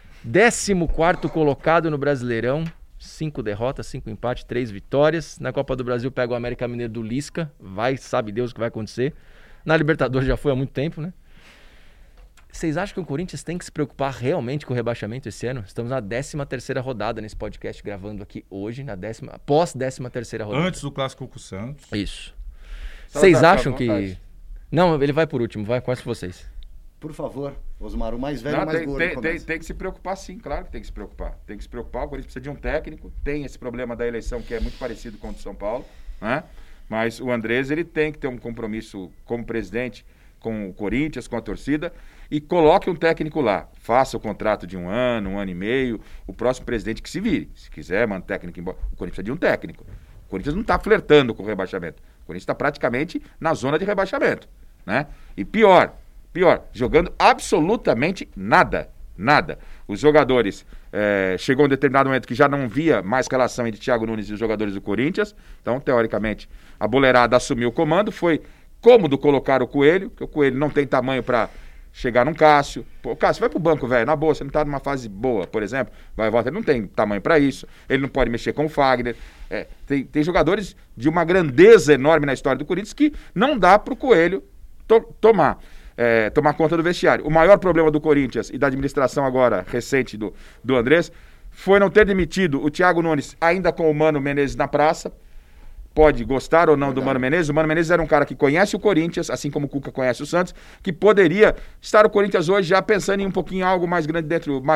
14º colocado no Brasileirão, 5 derrotas, 5 empates, 3 vitórias. Na Copa do Brasil pega o América Mineiro do Lisca, sabe Deus o que vai acontecer. Na Libertadores já foi há muito tempo, né? Vocês acham que o Corinthians tem que se preocupar realmente com o rebaixamento esse ano? Estamos na 13ª rodada nesse podcast, gravando aqui hoje, após 13ª rodada.
Antes do Clássico com o Santos.
Isso.
Salazar,
Vocês
fica à
acham que...
vontade.
Não, ele vai por último, vai, quase vocês.
Por favor, Osmar, o mais velho e
Não,
o mais
tem,
gordo
tem, tem,
começa.
tem que se preocupar sim, claro que tem que se preocupar. Tem que se preocupar, o Corinthians precisa de um técnico, tem esse problema da eleição que é muito parecido com o de São Paulo, né? Mas o Andrés, ele tem que ter um compromisso como presidente com o Corinthians, com a torcida, e coloque um técnico lá. Faça o contrato de um ano e meio, o próximo presidente que se vire. Se quiser, manda o técnico embora. O Corinthians precisa de um técnico. O Corinthians não está flertando com o rebaixamento. O Corinthians está praticamente na zona de rebaixamento, né? E pior, jogando absolutamente nada. Os jogadores, chegou um determinado momento que já não via mais relação entre Thiago Nunes e os jogadores do Corinthians. Então, teoricamente, a boleirada assumiu o comando. Foi cômodo colocar o Coelho, porque o Coelho não tem tamanho para chegar num Cássio. Pô, Cássio, vai pro banco, velho, na boa, você não tá numa fase boa, por exemplo. Vai e volta, ele não tem tamanho para isso. Ele não pode mexer com o Fagner. Tem jogadores de uma grandeza enorme na história do Corinthians que não dá pro Coelho tomar conta do vestiário. O maior problema do Corinthians e da administração agora recente do Andrés foi não ter demitido o Thiago Nunes ainda com o Mano Menezes na praça. Pode gostar ou não do Mano Menezes. O Mano Menezes era um cara que conhece o Corinthians, assim como o Cuca conhece o Santos, que poderia estar o Corinthians hoje já pensando em um pouquinho algo mais grande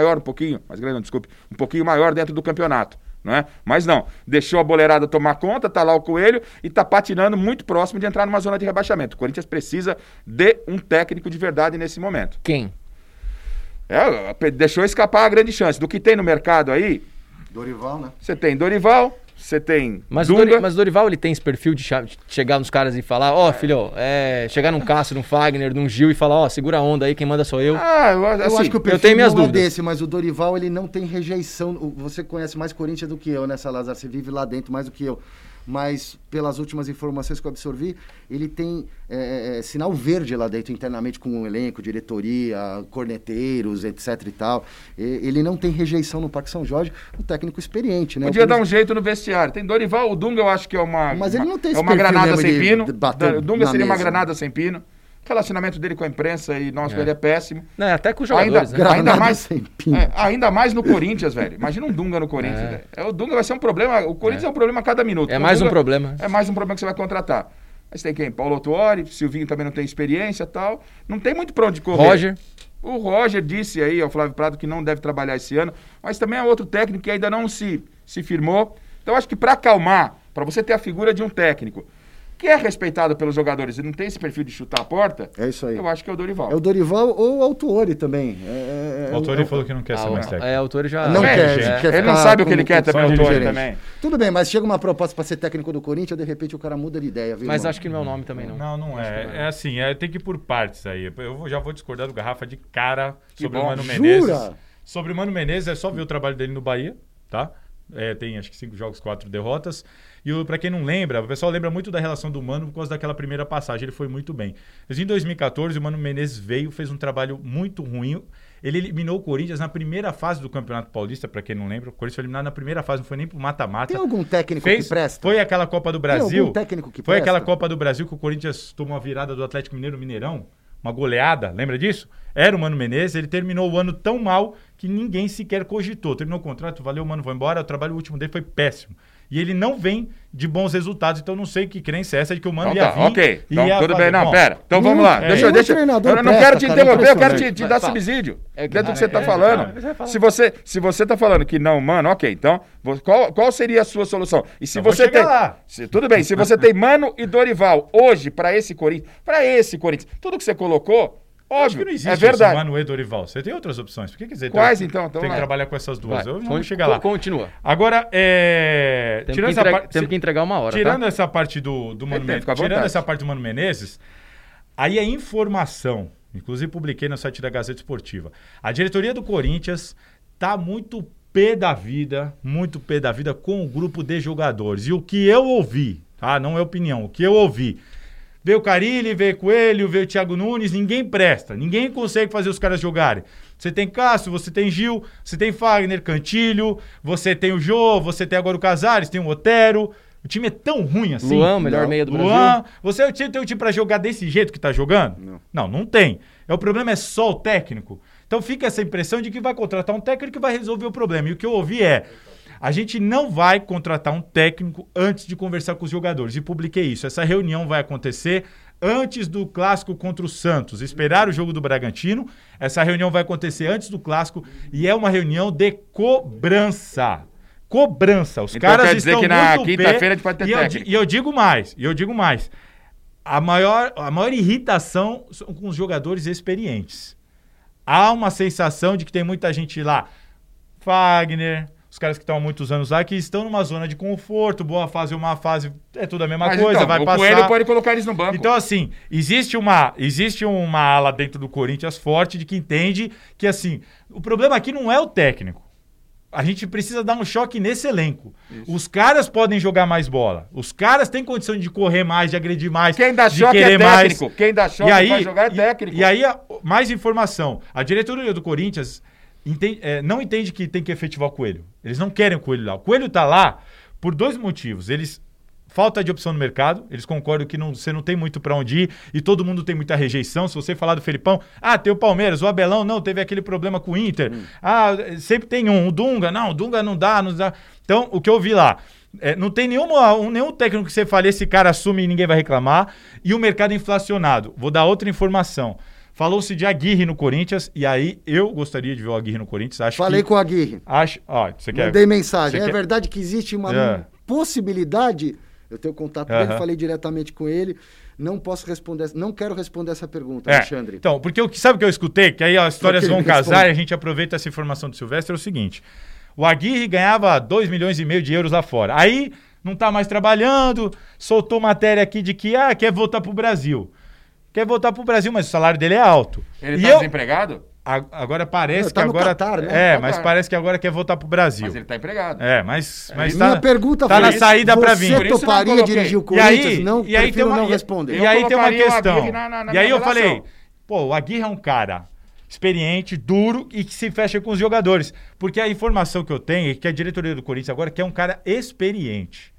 um pouquinho maior dentro do campeonato. Não é? Mas não, deixou a boleirada tomar conta, tá lá o Coelho e tá patinando muito próximo de entrar numa zona de rebaixamento. O Corinthians precisa de um técnico de verdade nesse momento.
Quem?
Deixou escapar a grande chance. Do que tem no mercado aí,
Dorival, né?
você tem Dorival, você tem
Mas
Dunga.
o Dorival, ele tem esse perfil de chegar nos caras e falar, filho, chegar num Cássio, num Fagner, num Gil e falar, segura a onda aí, quem manda sou eu.
Eu acho que o perfil
tenho minhas
não
dúvidas.
é desse, mas o Dorival, ele não tem rejeição. Você conhece mais Corinthians do que eu, né, Salazar? Você vive lá dentro mais do que eu. Mas, pelas últimas informações que eu absorvi, ele tem sinal verde lá dentro, internamente, com o elenco, diretoria, corneteiros, etc e tal. Ele não tem rejeição no Parque São Jorge, um técnico experiente, né?
Podia dar um jeito no vestiário. Tem Dorival, o Dunga eu acho que é uma...
Mas ele não tem esse
uma
perfil
granada
mesmo
sem
de
pino.
bater
O Dunga
na
seria uma
mesa.
granada sem pino. O relacionamento dele com a imprensa e nosso ele é péssimo.
Não, até com os jogadores, né?
Granada
Ainda mais,
sem pino.
ainda mais no Corinthians, velho. Imagina um Dunga no Corinthians, velho. O Dunga vai ser um problema. O Corinthians é um problema a cada minuto.
É
O
mais um
Dunga
problema.
É mais um problema que você vai contratar. Mas tem quem? Paulo Autuori, Silvinho também não tem experiência e tal. Não tem muito pra onde correr.
Roger.
O Roger disse aí ao Flávio Prado que não deve trabalhar esse ano, mas também é outro técnico que ainda não se firmou. Então acho que para acalmar, para você ter a figura de um técnico que é respeitado pelos jogadores e não tem esse perfil de chutar a porta,
É isso aí.
eu acho que é o Dorival.
É o Dorival ou o Autuori também.
O Autori falou que não quer ser mais técnico.
O Autori já...
Não quer
Ele não sabe o que ele quer também, o Autori
gerente.
também.
Tudo bem, mas chega uma proposta para ser técnico do Corinthians, de repente o cara muda de ideia, viu?
Mas
irmão?
acho que não é o nome também, não.
Não é. É assim, tem que ir por partes aí. Eu já vou discordar do Garrafa de cara sobre
bom.
o Mano Menezes.
Jura?
Sobre o Mano Menezes, é só ver o trabalho dele no Bahia, tá? Tem acho que 5 jogos, 4 derrotas. E pra quem não lembra, o pessoal lembra muito da relação do Mano por causa daquela primeira passagem. Ele foi muito bem. Mas em 2014, o Mano Menezes fez um trabalho muito ruim. Ele eliminou o Corinthians na primeira fase do Campeonato Paulista, pra quem não lembra. O Corinthians foi eliminado na primeira fase, não foi nem pro mata-mata.
Tem algum técnico que presta?
Foi aquela Copa do Brasil.
Tem algum técnico que
Foi
presta?
aquela Copa do Brasil que o Corinthians tomou a virada do Atlético Mineiro no Mineirão. Uma goleada, lembra disso? Era o Mano Menezes, ele terminou o ano tão mal que ninguém sequer cogitou. Terminou o contrato, valeu, Mano, vou embora. O trabalho último dele foi péssimo. E ele não vem de bons resultados, então não sei que crença é essa de que o Mano ia vir.
Ok, então
ia
tudo
fazer.
bem. Não,
Bom,
pera. Então vamos lá. Deixa eu... Eu não quero te interromper, eu quero te dar subsídio. Dentro do que você está falando. Se você está falando que não, Mano, ok. Então, qual seria a sua solução? E se você tem... Tudo bem, se você tem Mano e Dorival hoje para esse Corinthians, tudo que você colocou... Óbvio,
que não existe
é verdade.
Mano e Dorival. Você tem outras opções. Por que dizer?
Quais então?
Tem que trabalhar com essas duas.
Vai,
Vamos chegar lá.
Continua.
Agora,
Temos que entregar uma hora.
Tirando essa parte do Mano Menezes, aí a informação, inclusive publiquei no site da Gazeta Esportiva. A diretoria do Corinthians tá muito pé da vida com o grupo de jogadores. E o que eu ouvi, tá? Não é opinião, o que eu ouvi. Veio o Carille, veio o Coelho, veio o Thiago Nunes, ninguém presta, ninguém consegue fazer os caras jogarem. Você tem Cássio, você tem Gil, você tem Fagner, Cantilho, você tem o Jô, você tem agora o Casares, tem o Otero. O time é tão ruim assim.
Luan, melhor meia do Brasil.
Você tem um time pra jogar desse jeito que tá jogando? Não tem. O problema é só o técnico. Então fica essa impressão de que vai contratar um técnico que vai resolver o problema. E o que eu ouvi é... A gente não vai contratar um técnico antes de conversar com os jogadores. E publiquei isso. Essa reunião vai acontecer antes do Clássico contra o Santos. Esperar o jogo do Bragantino. Essa reunião vai acontecer antes do Clássico. E é uma reunião de cobrança. Os
então,
caras
quer dizer
estão
que na
muito
quinta-feira a gente pode ter técnico.
E eu digo mais. A maior irritação são com os jogadores experientes. Há uma sensação de que tem muita gente lá. Fagner... Os caras que estão há muitos anos lá, que estão numa zona de conforto, boa fase ou má fase, é tudo a mesma coisa,
então,
vai passar.
O Coelho pode colocar eles no banco.
Então, assim, existe uma ala dentro do Corinthians forte de que entende que, assim, o problema aqui não é o técnico. A gente precisa dar um choque nesse elenco. Isso. Os caras podem jogar mais bola. Os caras têm condição de correr mais, de agredir mais,
Quem dá
de
choque
querer
é técnico.
mais.
Quem dá choque vai jogar é técnico.
E aí, mais informação. A diretoria do Corinthians... não entende que tem que efetivar o Coelho. Eles não querem o Coelho lá. O Coelho tá lá por 2 motivos. Falta de opção no mercado. Eles concordam que você não tem muito para onde ir e todo mundo tem muita rejeição. Se você falar do Felipão, tem o Palmeiras, o Abelão, não, teve aquele problema com o Inter. Sempre tem o Dunga, não, o Dunga não dá. Então, o que eu vi lá, não tem nenhum técnico que você fale, esse cara assume e ninguém vai reclamar. E o mercado inflacionado. Vou dar outra informação. Falou-se de Aguirre no Corinthians, e aí eu gostaria de ver o Aguirre no Corinthians.
Falei com o Aguirre.
Você quer...
Mandei mensagem. É verdade que existe uma possibilidade, eu tenho contato dele, falei diretamente com ele, não quero responder essa pergunta, Alexandre.
Então, porque sabe o que eu escutei? Que aí as histórias vão casar e a gente aproveita essa informação do Silvestre, é o seguinte, o Aguirre ganhava 2,5 milhões de euros lá fora. Aí não tá mais trabalhando, soltou matéria aqui de que quer voltar pro Brasil. Quer voltar pro Brasil, mas o salário dele é alto.
Ele tá desempregado?
Agora parece
tá
que agora...
Qatar, né?
Mas parece que agora quer voltar pro Brasil.
Mas ele tá empregado.
Mas
minha pergunta
tá na saída pra vir.
Você toparia dirigir o Corinthians?
E aí tem uma
responder.
E aí tem uma questão.
E aí
eu falei, o Aguirre é um cara experiente, duro e que se fecha com os jogadores. Porque a informação que eu tenho é que a diretoria do Corinthians agora quer um cara experiente.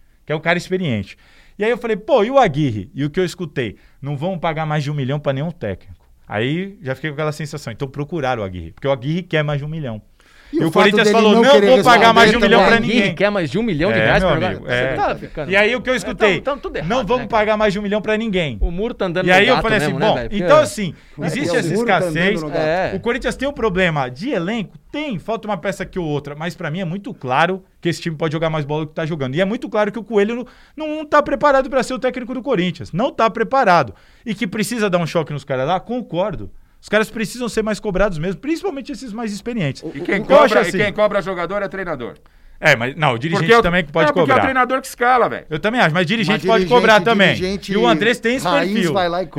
E aí eu falei, e o Aguirre? E o que eu escutei? Não vão pagar mais de 1 milhão para nenhum técnico. Aí já fiquei com aquela sensação. Então procuraram o Aguirre, porque o Aguirre quer mais de 1 milhão. E o Corinthians falou, não vou pagar mais de 1 milhão para ninguém.
Quer mais de 1 milhão de reais
para E aí o que eu escutei?
Tudo errado,
não vamos pagar mais de 1 milhão para ninguém.
O muro tá andando
no gato. E aí eu falei assim, então assim, existe essa escassez.
Tá
o Corinthians tem um problema de elenco? Tem, falta uma peça aqui ou outra. Mas para mim é muito claro que esse time pode jogar mais bola do que tá jogando. E é muito claro que o Coelho não tá preparado para ser o técnico do Corinthians. Não tá preparado. E que precisa dar um choque nos caras lá, concordo. Os caras precisam ser mais cobrados mesmo, principalmente esses mais experientes.
E quem cobra jogador é treinador.
Mas não, o dirigente também que pode cobrar.
Porque é o treinador que escala, velho.
Eu também acho, mas dirigente pode cobrar também. E o Andrés tem esse perfil.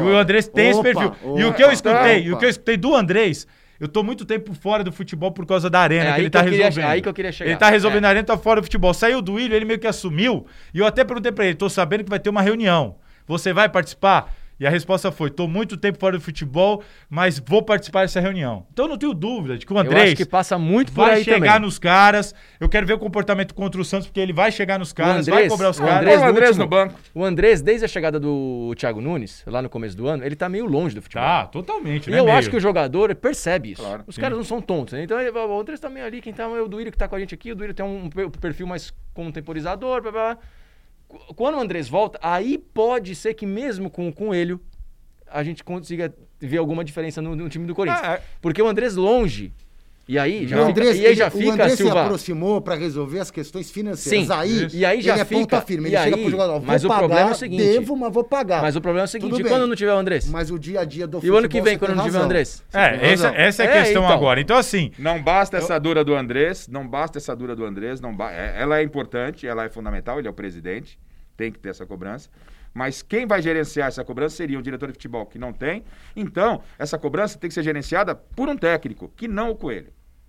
E o que eu escutei do Andrés, eu tô muito tempo fora do futebol por causa da arena que ele tá resolvendo.
Aí que eu queria chegar.
Ele tá resolvendo a arena, tá fora do futebol. Saiu do Willian, ele meio que assumiu, e eu até perguntei pra ele, tô sabendo que vai ter uma reunião. Você vai participar? E a resposta foi, tô muito tempo fora do futebol, mas vou participar dessa reunião. Então eu não tenho dúvida de que o Andrés...
Eu acho que passa muito por aí também.
Vai chegar nos caras, eu quero ver o comportamento contra o Santos, porque ele vai chegar nos caras, vai cobrar os caras.
O Andrés no banco.
O Andrés, desde a chegada do Thiago Nunes, lá no começo do ano, ele tá meio longe do futebol.
Tá, totalmente.
E eu acho que o jogador percebe isso.
Claro,
os caras não são tontos, né? Então o Andrés tá meio ali, quem tá é o Duílio que tá com a gente aqui, o Duílio tem um perfil mais contemporizador, blá, blá. Quando o Andrés volta, aí pode ser que mesmo com o Coelho, a gente consiga ver alguma diferença no time do Corinthians. Porque o Andrés longe, e aí já fica,
o Andrés
Silva,
se aproximou para resolver as questões financeiras.
Sim, e aí já
ele
fica,
é ponta firme, ele
aí,
chega pro jogador,
mas
vou
o
pagar,
problema é o seguinte,
devo, mas vou pagar.
Mas o problema é o seguinte, e quando não tiver o Andrés?
Mas o dia a dia do
futebol. E o ano que vem, quando não tiver o Andrés?
Essa é a questão
então.
agora. Então, assim...
Não basta essa dura do Andrés, ela é importante, ela é fundamental, ele é o presidente, tem que ter essa cobrança. Mas quem vai gerenciar essa cobrança seria o diretor de futebol, que não tem. Então, essa cobrança tem que ser gerenciada por um técnico, que não o Coelho.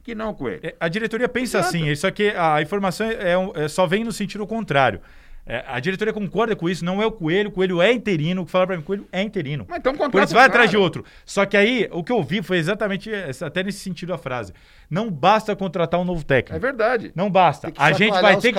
A diretoria pensa assim, só que a informação só vem no sentido contrário. A diretoria concorda com isso, não é o Coelho é interino, fala pra mim, o Coelho é interino.
Mas então
Por isso vai atrás de outro. Só que aí, o que eu vi foi exatamente, até nesse sentido a frase, não basta contratar um novo técnico.
É verdade.
Não basta. A gente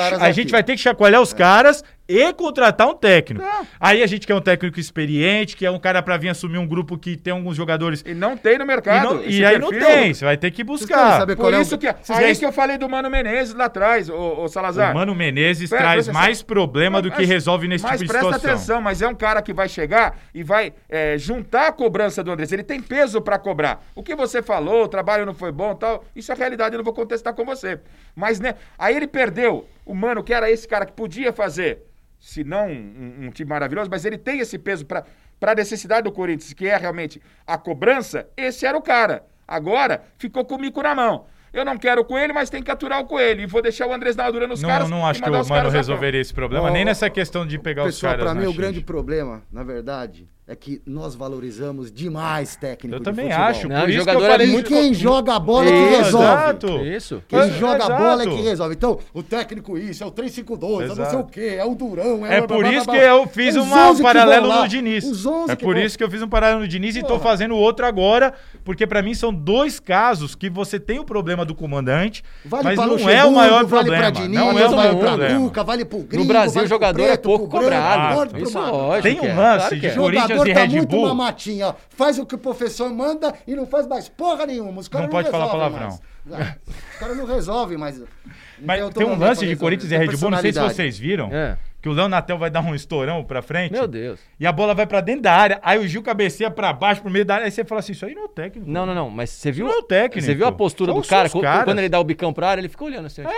vai ter que chacoalhar os caras e contratar um técnico. Aí a gente quer um técnico experiente, que é um cara pra vir assumir um grupo que tem alguns jogadores...
E não tem no mercado.
E aí não tem, você vai ter que buscar.
Por isso que eu falei do Mano Menezes lá atrás, o Salazar.
O Mano Menezes traz mais problema do que resolve nesse tipo de situação.
Mas presta atenção, mas é um cara que vai chegar e vai juntar a cobrança do Andrés. Ele tem peso pra cobrar. O que você falou, o trabalho não foi bom e tal, isso é realidade, eu não vou contestar com você. Mas, né, aí ele perdeu o Mano, que era esse cara que podia fazer, se não um time maravilhoso, mas ele tem esse peso para a necessidade do Corinthians, que é realmente a cobrança, esse era o cara. Agora, ficou com o mico na mão. Eu não quero o Coelho, mas tem que aturar o Coelho. E vou deixar o Andrés dar uma dura nos caras.
Não acho que o Mano resolveria esse problema, nem nessa questão de pegar os caras.
Pessoal, para mim o grande problema, na verdade, é que nós valorizamos demais técnico de futebol.
Eu também acho.
Por isso que eu falei muito...
quem joga a bola é que resolve.
Exato.
Isso.
Quem joga a bola é que resolve. Então, o técnico isso, é o 3-5-2, é não sei o quê, é o Durão.
É por isso que eu fiz um paralelo no Diniz. É por isso que eu fiz um paralelo no Diniz e tô fazendo outro agora, porque pra mim são dois casos que você tem o problema do comandante, mas não é o maior problema. Não é o maior problema.
Vale pro Gringo,
no Brasil, o jogador é pouco cobrado. Isso é lógico.
Tem um lance de Corinthians e Red Bull.
Uma matinha, ó. Faz o que o professor manda e não faz mais porra nenhuma. Os caras
não pode falar palavrão.
Os caras não resolvem mais.
Mas tem um lance de Corinthians e Red Bull, não sei se vocês viram. Que o Léo Natel vai dar um estourão pra frente.
Meu Deus.
E a bola vai pra dentro da área. Aí o Gil cabeceia pra baixo, pro meio da área. Aí você fala assim, isso aí não é o técnico.
Não. Mas você viu...
Não é o técnico.
Você viu a postura do cara? Quando ele dá o bicão pra área, ele fica olhando assim.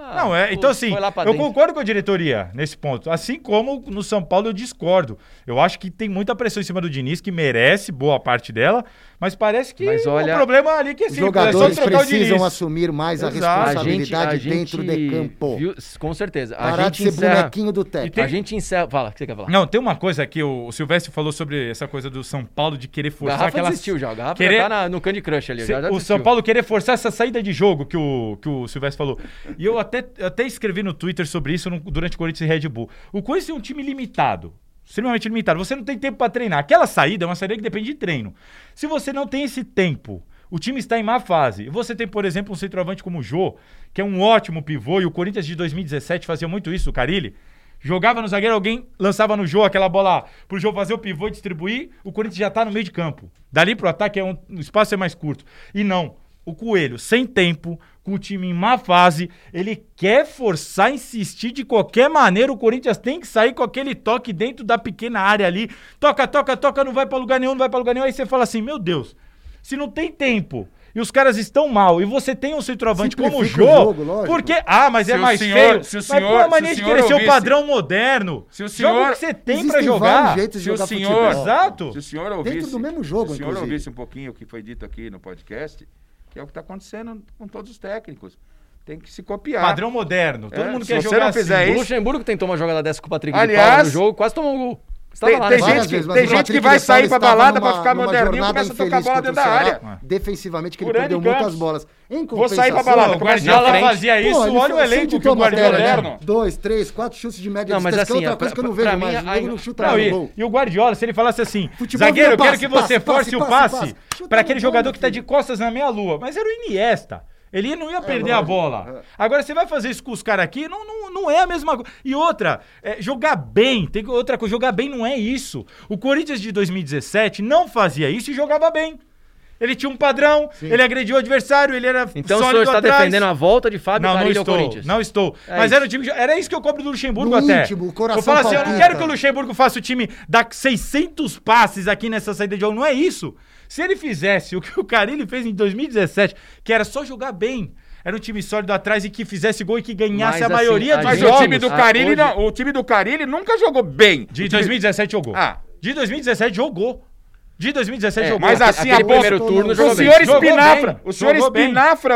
Então assim, eu concordo com a diretoria nesse ponto. Assim como no São Paulo eu discordo. Eu acho que tem muita pressão em cima do Diniz, que merece boa parte dela. Mas parece que o problema ali que é simples.
Os jogadores precisam assumir mais a responsabilidade dentro de campo.
Com certeza.
Parar de ser bonequinho do técnico.
A gente encerra... Fala, o que você quer falar?
Não, tem uma coisa que o Silvestre falou sobre essa coisa do São Paulo de querer forçar
aquela... O Garrafa já tá no Candy Crush ali.
O São Paulo querer forçar essa saída de jogo que o Silvestre falou. E eu até escrevi no Twitter sobre isso durante o Corinthians e Red Bull. O Corinthians é um time limitado. Extremamente limitado. Você não tem tempo para treinar. Aquela saída é uma saída que depende de treino. Se você não tem esse tempo, o time está em má fase. Você tem, por exemplo, um centroavante como o Jô, que é um ótimo pivô, e o Corinthians de 2017 fazia muito isso, o Carille. Jogava no zagueiro, alguém lançava no Jô aquela bola pro Jô fazer o pivô e distribuir, o Corinthians já tá no meio de campo. Dali pro ataque o espaço é mais curto. E não, o Coelho, sem tempo, com o time em má fase, ele quer forçar, insistir de qualquer maneira, o Corinthians tem que sair com aquele toque dentro da pequena área ali, toca, não vai pra lugar nenhum, aí você fala assim, meu Deus, se não tem tempo e os caras estão mal, e você tem um centroavante como o
Simplifica o
Jô,
jogo, lógico.
porque... Ah, mas
Se
é
o
mais
senhor-
feio.
se o
Mas
senhor-
pô, a
se
mania
o
de
senhor
querer ser o
ouvisse-
padrão moderno.
Se o
Joga
senhor-
o que você tem
Existem
pra jogar.
vários jeitos de
Se o
jogar
senhor-
futebol.
Exato.
Se o senhor ouvisse,
Dentro do mesmo jogo,
se o senhor
inclusive.
ouvisse um pouquinho o que foi dito aqui no podcast, que é o que está acontecendo com todos os técnicos. Tem que se copiar.
Padrão moderno. Todo mundo
se
quer
você
jogar
não fizer
assim.
O
isso-
Luxemburgo tentou uma jogada dessa com o Patrick de
Aliás,
Paula no jogo, quase tomou um gol. Você tava
Tem,
lá,
tem
né?
Várias
gente,
vezes,
que,
mas
tem
o
gente
Patrick
que vai
de Paula
sair pra
estava
balada
numa-
pra ficar
numa
moderninho e
jornada
começa a tocar a
infeliz
bola
contra
dentro
o
da
Ceará,
área.
defensivamente, que ele
Por N
perdeu muitas
cantos.
bolas. Em
Vou sair pra
compensação,
balada,
O
começa
Guardiola
frente.
fazia isso,
ele
olha o
sempre
elenco que
botou
o Guardiola
matéria,
era.
né? 2, 3, 4 chutes de média
Não, mas
distância, que é
assim,
outra coisa que eu não
pra
vejo
mim,
mais. O
aí-
jogo não chuta
Não,
no gol.
e o Guardiola, se ele falasse assim,
Futebol
zagueiro, eu
vira
quero que
passe,
você
passe,
force o
passe,
passe
passe. Chuta
para
no
aquele
gol,
jogador
meu
que tá de
filho.
costas na meia-lua. Mas era o Iniesta. Ele não ia perder a
lógico.
bola. Agora, você vai fazer isso com os caras aqui, não é a mesma coisa. E outra, jogar bem, outra coisa, jogar bem não é isso. O Corinthians de 2017 não fazia isso e jogava bem. Ele tinha um padrão, ele agrediu o adversário, ele era
Então o senhor
sólido
está
atrás.
defendendo a volta de Fábio
Não, não
Carille ao
estou,
Corinthians.
não estou.
É
Mas
isso.
era o time, era isso que eu cobro do Luxemburgo
No
até.
íntimo, o coração
eu falo assim, eu não
palpita.
quero que o Luxemburgo faça o time dar 600 passes aqui nessa saída de jogo, não é isso. Se ele fizesse o que o Carille fez em 2017, que era só jogar bem, era um time sólido atrás e que fizesse gol e que ganhasse
Mas,
a maioria
assim,
dos
Mas
jogos,
o time do Carille,
hoje-
não, o time do Carille nunca jogou bem.
De 2017 jogou.
Ah.
De 2017 jogou. De 2017
É,
jogou.
Mas assim,
aquele
a bola...
primeiro turno
O
jogou bem.
senhor
Jogou
espinafra,
bem,
o senhor
jogou bem.
espinafra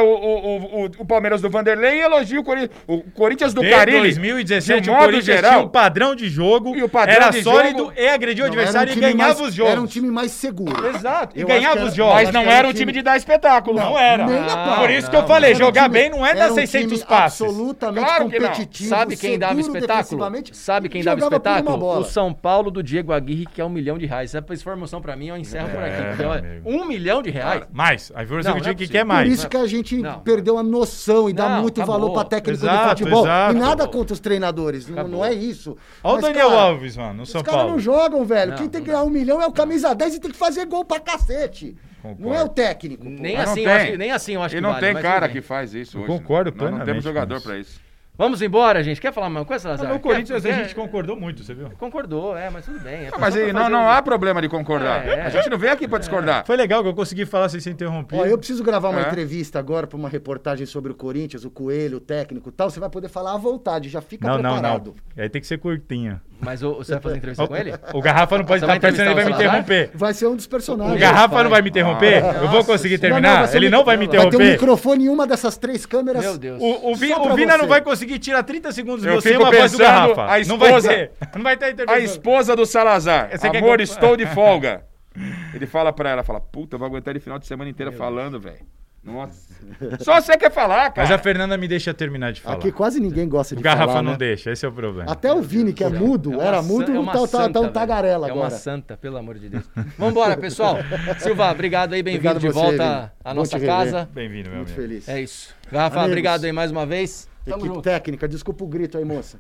o Palmeiras do Vanderlei e elogia o Corinthians do
De
Carille.
2017
de
o
modo
Corinthians
geral.
tinha um padrão de jogo,
E o padrão
era
de
sólido
jogo-
e agredia o
Não,
adversário
era um
e
time
ganhava
mais-
os jogos.
Era um time mais seguro.
Exato, e
Eu
ganhava
acho que
os
era-
jogos.
Mas
acho
não
que era
era
um
um time
time-
de dar espetáculo.
Não era.
Nem a pau.
Por isso que eu falei,
Era um
jogar
time-
bem não é
era
dar
um
600
time
passes.
absolutamente
Claro que não.
competitivo.
Sabe quem dava
seguro
espetáculo?
defensivamente,
Sabe quem
e
dava
jogava por uma
espetáculo?
bola.
O São Paulo do Diego Aguirre, que é R$1 milhão. Se essa for emoção pra mim, eu encerro por aqui. Porque, olha,
amigo.
R$1 milhão?
Mais. Aí você
Não,
que
não é
que
possível.
quer
Por
mais.
isso que a gente
Não.
perdeu a noção e dá
Não,
muito
acabou.
valor pra técnico
Exato,
de futebol.
exato.
E nada contra os treinadores, não é isso.
Olha o
Mas,
Daniel
cara,
Alves, mano, no
Os
São
caras
Paulo.
não jogam, velho.
Não,
Quem tem
não
que ganhar 1 milhão é o camisa 10 e tem que fazer gol pra cacete.
Concordo.
Não é o técnico. pô.
Nem
Mas não
assim,
tem.
eu acho que, nem assim eu acho
E
que
não
vale,
tem
mas
cara
tudo bem.
que faz isso
Eu
hoje.
concordo
Nós não
plenamente
temos
com
jogador
isso.
pra isso.
Vamos embora, gente. Quer falar uma coisa, Lazar?
No Corinthians a
Quer-
gente concordou muito, você viu?
Concordou, mas tudo bem.
Mas aí não há problema de concordar.
É.
A gente não vem aqui pra discordar.
Foi legal que eu consegui falar sem ser interrompido.
Ó, eu preciso gravar uma
É.
entrevista agora pra uma reportagem sobre o Corinthians, o Coelho, o técnico e tal. Você vai poder falar à vontade, já fica
Não.
preparado.
Aí tem que ser curtinha.
Mas você vai fazer entrevista com ele?
O Garrafa não pode
Você
estar
vai
pensando, ele vai me
entrevistar o
interromper.
Vai ser um dos personagens.
O Garrafa não vai me
Ah,
interromper? Eu vou conseguir terminar?
vai ser
Ele
um-
não vai me
Vai ter um
interromper?
microfone em uma dessas 3 câmeras.
Meu Deus.
O
Só pra
Vina não
você.
vai conseguir tirar 30 segundos de
Eu
você
fico
uma voz do
pensando,
Garrafa.
a
Não vai
esposa-
ter. Não vai ter
A
intervenção.
esposa do Salazar.
Você quer
Amor,
que eu-
estou de folga. Ele fala pra ela, puta, eu vou aguentar ele final de semana inteira falando, velho. Nossa. Só você quer falar, cara.
Mas a Fernanda me deixa terminar de falar.
Aqui quase ninguém gosta
O
de
Garrafa
falar,
não
né?
deixa, esse é o problema.
Até o Vini, que é mudo, era mudo,
É uma
tá um
santa,
tagarela
velho. É uma
agora.
santa, pelo amor de Deus. Vambora, pessoal. Silva, obrigado aí, bem-vindo
Obrigado
de
você,
volta
Vini.
à
Bom
nossa
te rever.
casa.
Bem-vindo, meu
Muito
amigo.
feliz.
É isso. Rafa,
Amigos.
obrigado aí mais uma vez. Tamo
Equipe
junto.
técnica, desculpa o grito aí, moça.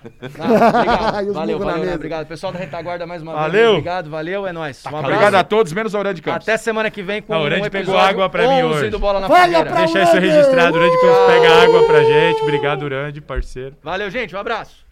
Obrigado.
E os
Valeu,
murros na
valeu, né?
mesa.
Obrigado. Pessoal da retaguarda mais uma vez.
Valeu.
Obrigado, valeu, é nóis. Um abraço.
Obrigado a todos, menos ao Orlando de Campos.
Até semana que vem com
A Orlando
um
pegou
episódio
água pra mim
11
hoje.
do Bola na
Vai,
Fogueira.
pra
Deixa isso
Urande!
registrado, Urande Campos pega água pra gente. Obrigado, Urande, parceiro.
Valeu, gente. Um abraço.